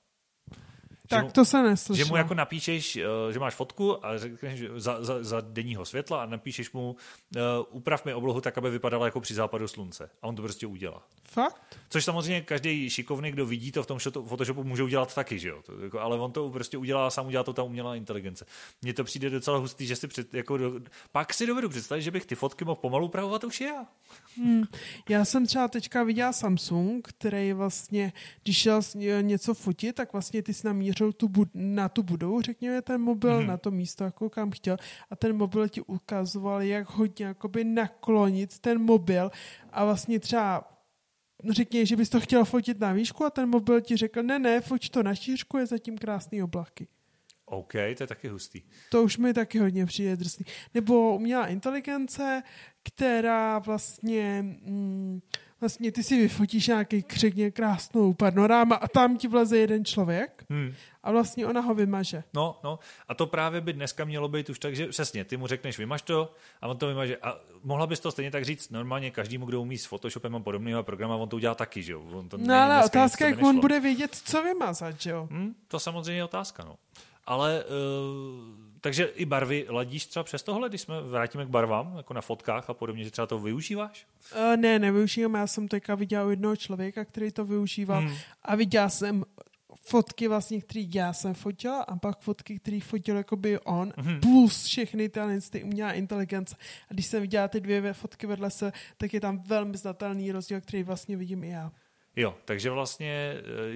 Tak mu, to se neslyšel. Že mu jako napíšeš, že máš fotku a řekneš za, za, za denního světla a napíšeš mu uh, uprav mi oblohu tak, aby vypadala jako při západu slunce. A on to prostě udělá. Fakt? Což samozřejmě každý šikovný, kdo vidí to v tom Photoshopu, může udělat taky, že jo? To, jako, ale on to prostě udělá a sám udělá to ta umělá inteligence. Mně to přijde docela hustý, že si před, jako do, pak si dovedu představit, že bych ty fotky mohl pomalu upravovat už já. Hmm. Já jsem třeba teďka viděla Samsung, který vlastně, když šel něco fotit, tak vlastně ty jsi namířil tu bud- na tu budovu, řekněme, ten mobil, hmm. na to místo, jako kam chtěl. A ten mobil ti ukazoval, jak hodně jakoby naklonit ten mobil a vlastně třeba řekni, že bys to chtěl fotit na výšku a ten mobil ti řekl, ne, ne, foť to na šířku, je zatím krásný oblaky. OK, to je taky hustý. To už mi taky hodně přijde drsný. Nebo umělá inteligence, která vlastně, mm, vlastně ty si vyfotíš nějaký křekně krásnou panoráma a tam ti vleze jeden člověk hmm. a vlastně ona ho vymaže. No, no. A to právě by dneska mělo být už tak, že přesně, ty mu řekneš vymaž to a on to vymaže. A mohla bys to stejně tak říct normálně každému, kdo umí s Photoshopem a podobnýma programa, on to udělá taky, že jo? On to no ale otázka, jak on bude vědět, co vymazat, že jo? Hmm, to samozřejmě je otázka, no. Ale, uh, takže i barvy ladíš třeba přes tohle, když jsme vrátíme k barvám, jako na fotkách a podobně, že třeba to využíváš? Uh, ne, nevyužívám, já jsem teďka viděla jednoho člověka, který to využíval hmm. a viděla jsem fotky vlastně, které já jsem fotila a pak fotky, které fotil jakoby on, hmm. plus všechny tyhle ty umělá inteligence. A když jsem viděla ty dvě fotky vedle se, tak je tam velmi znatelný rozdíl, který vlastně vidím i já. Jo, takže vlastně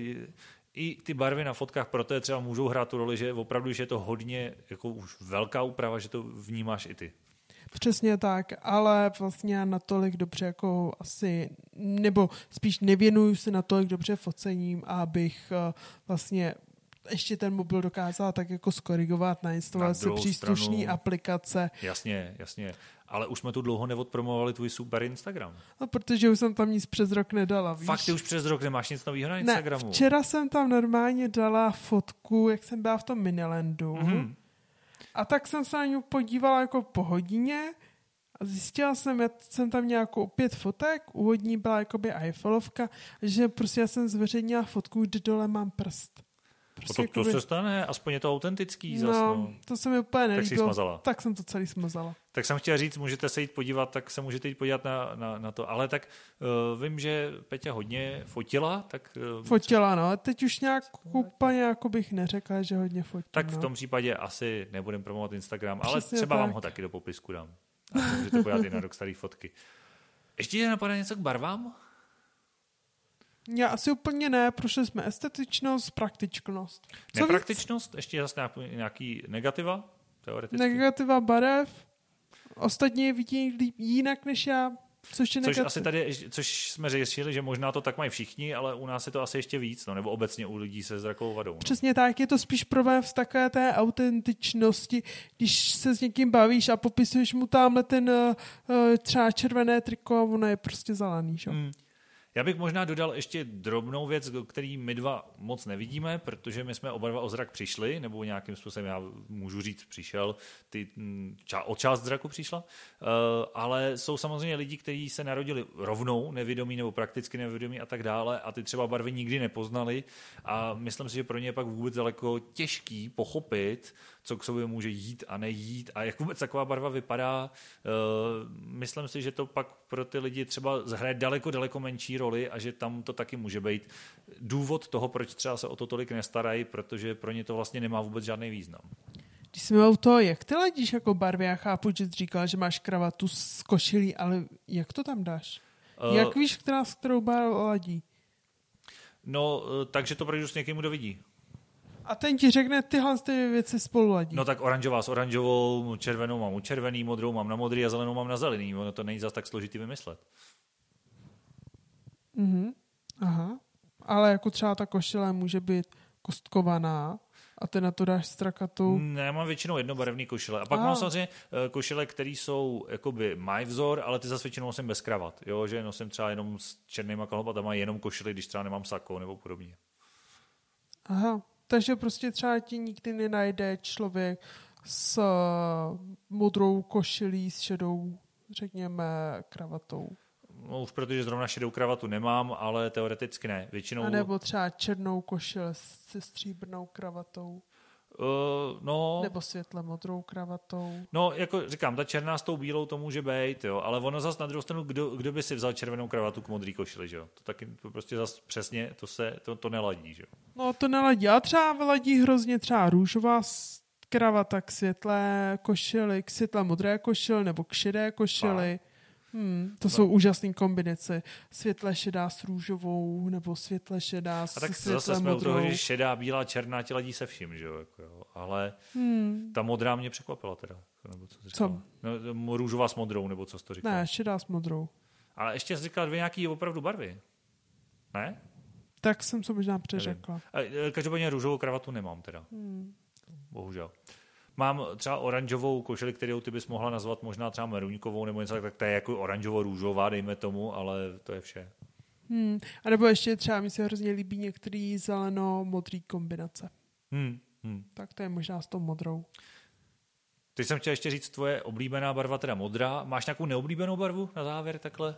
i ty barvy na fotkách proto je třeba můžou hrát tu roli, že opravdu, že je to hodně jako už velká úprava, že to vnímáš i ty. Přesně tak, ale vlastně natolik dobře jako asi, nebo spíš nevěnuju se natolik dobře focením, abych vlastně ještě ten mobil dokázala tak jako skorigovat, nainstalovat si příslušný stranu, aplikace. Jasně, jasně. Ale už jsme tu dlouho neodpromovali tvůj super Instagram. No, protože už jsem tam nic přes rok nedala, víš? Fakt, ty už přes rok nemáš nic nového na Instagramu? Ne, včera jsem tam normálně dala fotku, jak jsem byla v tom Minilandu. Mm-hmm. A tak jsem se na ní podívala jako po hodině a zjistila jsem, já jsem tam měla jako pět fotek, úvodní byla jakoby Eiffelovka, že prostě já jsem zveřejnila fotku, kde dole mám prst. Prostě to, jakoby... to se stane, aspoň je to autentický. No, zas, no. To se mi úplně nelíbilo. Tak, tak jsem to celý smazala. Tak jsem chtěl říct, můžete se jít podívat, tak se můžete jít podívat na, na, na to. Ale tak uh, vím, že Peťa hodně fotila. Tak, uh, fotila, no. Teď už nějak úplně jako bych neřekla, že hodně fotila. Tak v tom no. případě asi nebudem promovat Instagram, Přesně ale třeba tak. vám ho taky do popisku dám. A to můžete podívat i na rok starý fotky. Ještě je napadá něco k barvám? Já asi úplně ne, prošli jsme estetičnost, praktičnost. Co Nepraktičnost? Víc? Ještě zase nějaký negativa? Teoreticky? Negativa barev. Ostatně vidí jinak než já. Což, což, asi tady, což jsme řešili, že možná to tak mají všichni, ale u nás je to asi ještě víc, no, nebo obecně u lidí se zrakovou vadou. No. Přesně tak, je to spíš problém v takové té autentičnosti, když se s někým bavíš a popisuješ mu tamhle ten uh, třeba červené triko a ono je prostě zelený, že? Hmm. Já bych možná dodal ještě drobnou věc, který my dva moc nevidíme, protože my jsme oba dva o zrak přišli, nebo nějakým způsobem, já můžu říct, přišel, ty, ča, o část zraku přišla, uh, ale jsou samozřejmě lidi, kteří se narodili rovnou nevědomí nebo prakticky nevědomí a tak dále a ty třeba barvy nikdy nepoznali a myslím si, že pro ně je pak vůbec daleko těžký pochopit co k sobě může jít a nejít a jak vůbec taková barva vypadá. Myslím si, že to pak pro ty lidi třeba hraje daleko, daleko menší roli a že tam to taky může být důvod toho, proč třeba se o to tolik nestarají, protože pro ně to vlastně nemá vůbec žádný význam. Když jsme u toho, jak ty ladíš jako barvy? Já chápu, že jsi říkal, že máš kravatu s košilí, ale jak to tam dáš? Uh, jak víš, která s kterou barvou ladí? No, takže to projdu s někým, kdo vidí. A ten ti řekne, tyhle ty věci spolu ladí. No tak oranžová s oranžovou, červenou mám u červený, modrou mám na modrý a zelenou mám na zelený. Ono to není zas tak složitý vymyslet. Mhm. Aha. Ale jako třeba ta košile může být kostkovaná a ty na to dáš strakatou. Ne, já mám většinou jednobarevný košile. A pak a. mám samozřejmě košile, které jsou, jakoby mají vzor, ale ty zase většinou nosím bez kravat. Jo, že nosím třeba jenom s černýma kalhotama, jenom košily, když třeba nemám sako nebo podobně. Aha. Takže prostě třeba ti nikdy nenajde člověk s modrou košilí, s šedou, řekněme, kravatou. No už protože zrovna šedou kravatu nemám, ale teoreticky ne. Většinou... A nebo třeba černou košili se stříbrnou kravatou. Uh, no... Nebo světle modrou kravatou. No, jako říkám, ta černá s tou bílou to může být, jo, ale ono zas na druhou stranu, kdo, kdo by si vzal červenou kravatu k modrý košili, že jo? To taky to prostě zas přesně, to se, to, to neladí, že jo? No, to neladí. A třeba vyladí hrozně třeba růžová kravata k světlé košili, k světle modré košili, nebo k šedé košili. A. Hmm, to no. jsou úžasné kombinace. Světle šedá s růžovou, nebo světle šedá s a tak světle zase jsme modrou. u toho, že šedá, bílá, černá ti ladí se vším, že jo? Jako, jo. Ale hmm. ta modrá mě překvapila teda. Nebo co jsi říkala? Co? No, růžová s modrou, nebo co jsi to říkala? Ne, šedá s modrou. Ale ještě jsi říkala dvě nějaký opravdu barvy. Ne? Tak jsem se možná přeřekla. Každopádně růžovou kravatu nemám teda. Hmm. Bohužel. Mám třeba oranžovou košili, kterou ty bys mohla nazvat možná třeba meruňkovou nebo něco, tak to je jako oranžovo-růžová, dejme tomu, ale to je vše. Hmm. A nebo ještě třeba mi se hrozně líbí některý zeleno-modrý kombinace. Hmm. Hmm. Tak to je možná s tou modrou. Teď jsem chtěl ještě říct, tvoje oblíbená barva teda modrá. Máš nějakou neoblíbenou barvu na závěr takhle?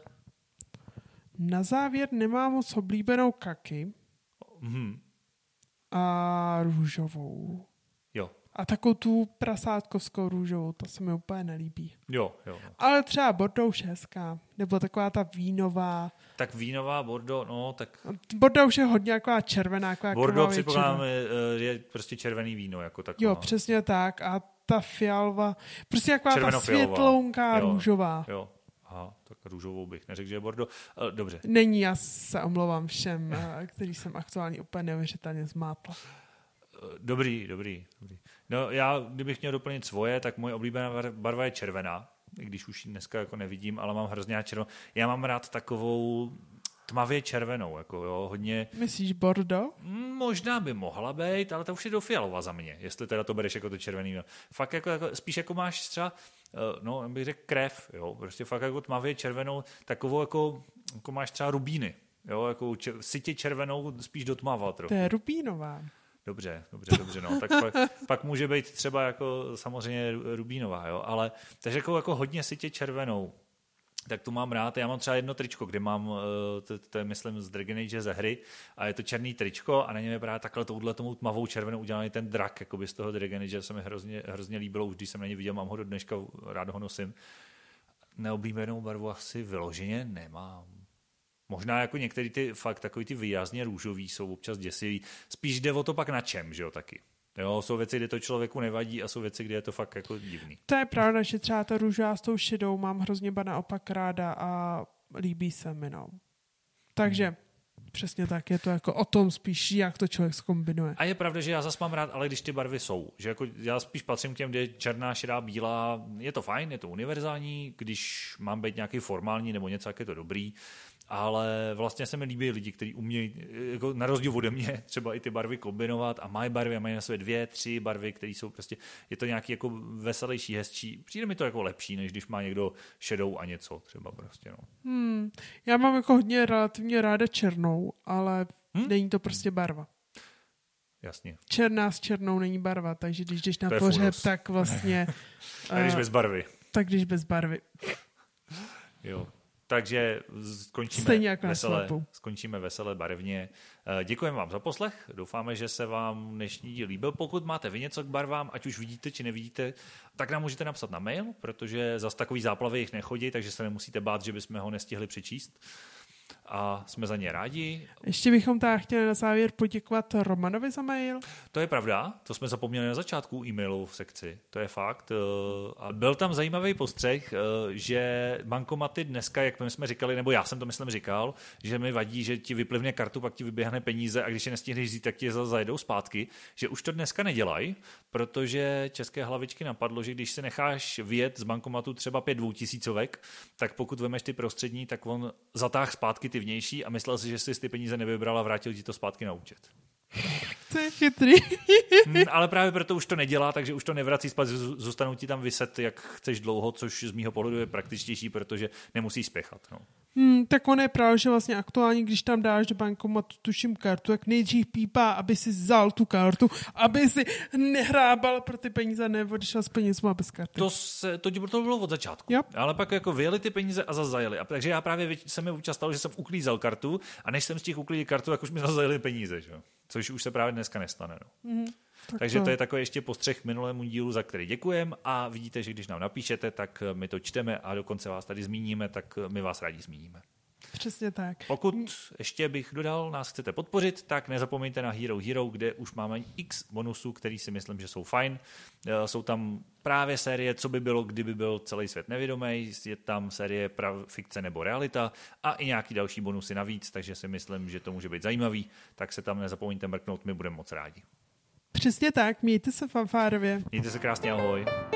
Na závěr nemám moc oblíbenou kaky. Hmm. A růžovou. Jo. A takovou tu prasátkovskou růžovou, to se mi úplně nelíbí. Jo, jo. Ale třeba Bordeaux je hezká, nebo taková ta vínová. Tak vínová Bordeaux, no tak... Bordeaux je hodně taková červená, taková Bordeaux předpokládám, je prostě červený víno, jako takové. Jo, přesně tak. A ta fialová, prostě taková ta světlounká jo, růžová. Jo, aha, tak růžovou bych neřekl, že je Bordeaux. Dobře. Není, já se omlouvám všem, který jsem aktuálně úplně neuvěřitelně zmátla. Dobrý, dobrý, dobrý. No já, kdybych měl doplnit svoje, tak moje oblíbená barva je červená, i když už ji dneska jako nevidím, ale mám hrozně červenou. Já mám rád takovou tmavě červenou, jako jo, hodně... Myslíš Bordeaux? Možná by mohla být, ale to už je do fialova za mě, jestli teda to bereš jako to červený. Fakt jako, jako spíš jako máš třeba, no bych řekl krev, jo, prostě fakt jako tmavě červenou, takovou jako, jako máš třeba rubíny, jo, jako čer, sytě červenou, spíš do tmava trochu. To je rubínová. Dobře, dobře, dobře, no, tak pak, pak může být třeba jako samozřejmě rubínová, jo, ale takže jako, jako hodně sytě červenou, tak tu mám rád. Já mám třeba jedno tričko, kde mám, to, to je myslím z Dragon Age ze hry, a je to černý tričko a na něm je právě takhle touhle tomu tmavou červenou udělaný ten drak, jakoby z toho Dragon Age, se mi hrozně, hrozně líbilo, už když jsem na ně viděl, mám ho do dneška, rád ho nosím. Neoblíbenou barvu asi vyloženě nemám. Možná jako některý ty fakt takový ty výrazně růžový jsou občas děsivý. Spíš jde o to pak na čem, že jo, taky. Jo, jsou věci, kde to člověku nevadí a jsou věci, kde je to fakt jako divný. To je pravda, že třeba ta růžová s tou šedou mám hrozně ba naopak ráda a líbí se mi, no. Takže hmm. přesně tak, je to jako o tom spíš, jak to člověk zkombinuje. A je pravda, že já zas mám rád, ale když ty barvy jsou. Že jako já spíš patřím k těm, kde je černá, šedá, bílá, je to fajn, je to univerzální, když mám být nějaký formální nebo něco, jak je to dobrý. Ale vlastně se mi líbí lidi, kteří umějí, jako na rozdíl ode mě, třeba i ty barvy kombinovat a mají barvy a mají na sebe dvě, tři barvy, které jsou prostě, je to nějaký jako veselější, hezčí. Přijde mi to jako lepší, než když má někdo šedou a něco třeba prostě, no. Hmm, já mám jako hodně relativně ráda černou, ale hmm? není to prostě barva. Jasně. Černá s černou není barva, takže když jdeš na pohřeb, tak vlastně... a když bez barvy. Tak když bez barvy. Jo. Takže skončíme veselé, skončíme veselé barevně. Děkujeme vám za poslech, doufáme, že se vám dnešní díl líbil. Pokud máte vy něco k barvám, ať už vidíte, či nevidíte, tak nám můžete napsat na mail, protože zas takový záplavy jich nechodí, takže se nemusíte bát, že bychom ho nestihli přečíst. A jsme za ně rádi. Ještě bychom tady chtěli na závěr poděkovat Romanovi za mail. To je pravda, to jsme zapomněli na začátku e-mailu v sekci, to je fakt. A byl tam zajímavý postřeh, že bankomaty dneska, jak my jsme říkali, nebo já jsem to myslím říkal, že mi vadí, že ti vyplivne kartu, pak ti vyběhne peníze a když je nestihneš vzít, tak ti je zase zajedou zpátky, že už to dneska nedělají, protože české hlavičky napadlo, že když se necháš vyjet z bankomatu třeba pět dvoutisícovek, tak pokud vemeš ty prostřední, tak on zatáh zpátky ty vnější a myslel si, že jsi ty peníze nevybral a vrátil ti to zpátky na účet. To je chytrý. hmm, ale právě proto už to nedělá, takže už to nevrací zpátky, zůstanou ti tam vyset, jak chceš dlouho, což z mýho pohledu je praktičtější, protože nemusíš spěchat. No. Hmm, tak on je právě, že vlastně aktuálně, když tam dáš do bankomatu tuším kartu, tak nejdřív pípá, aby si vzal tu kartu, aby si nehrábal pro ty peníze, nebo když s penězma bez karty. To, se, to, to bylo od začátku. Yep. Ale pak jako vyjeli ty peníze a zase zajeli. A takže já právě se mi občas stalo, že jsem uklízel kartu a než jsem z těch uklízet kartu, tak už mi zase zajeli peníze. Že? Což už se právě dneska nestane. No. Mm-hmm. Tak Takže to je takový ještě postřeh k minulému dílu, za který děkujeme a vidíte, že když nám napíšete, tak my to čteme a dokonce vás tady zmíníme, tak my vás rádi zmíníme. Přesně tak. Pokud ještě bych dodal, nás chcete podpořit, tak nezapomeňte na Hero Hero, kde už máme x bonusů, který si myslím, že jsou fajn. Jsou tam právě série Co by bylo, kdyby byl celý svět nevědomý, je tam série prav, fikce nebo realita a i nějaký další bonusy navíc, takže si myslím, že to může být zajímavý, tak se tam nezapomeňte mrknout, my budeme moc rádi. Přesně tak, mějte se fanfárově. Mějte se krásně, ahoj.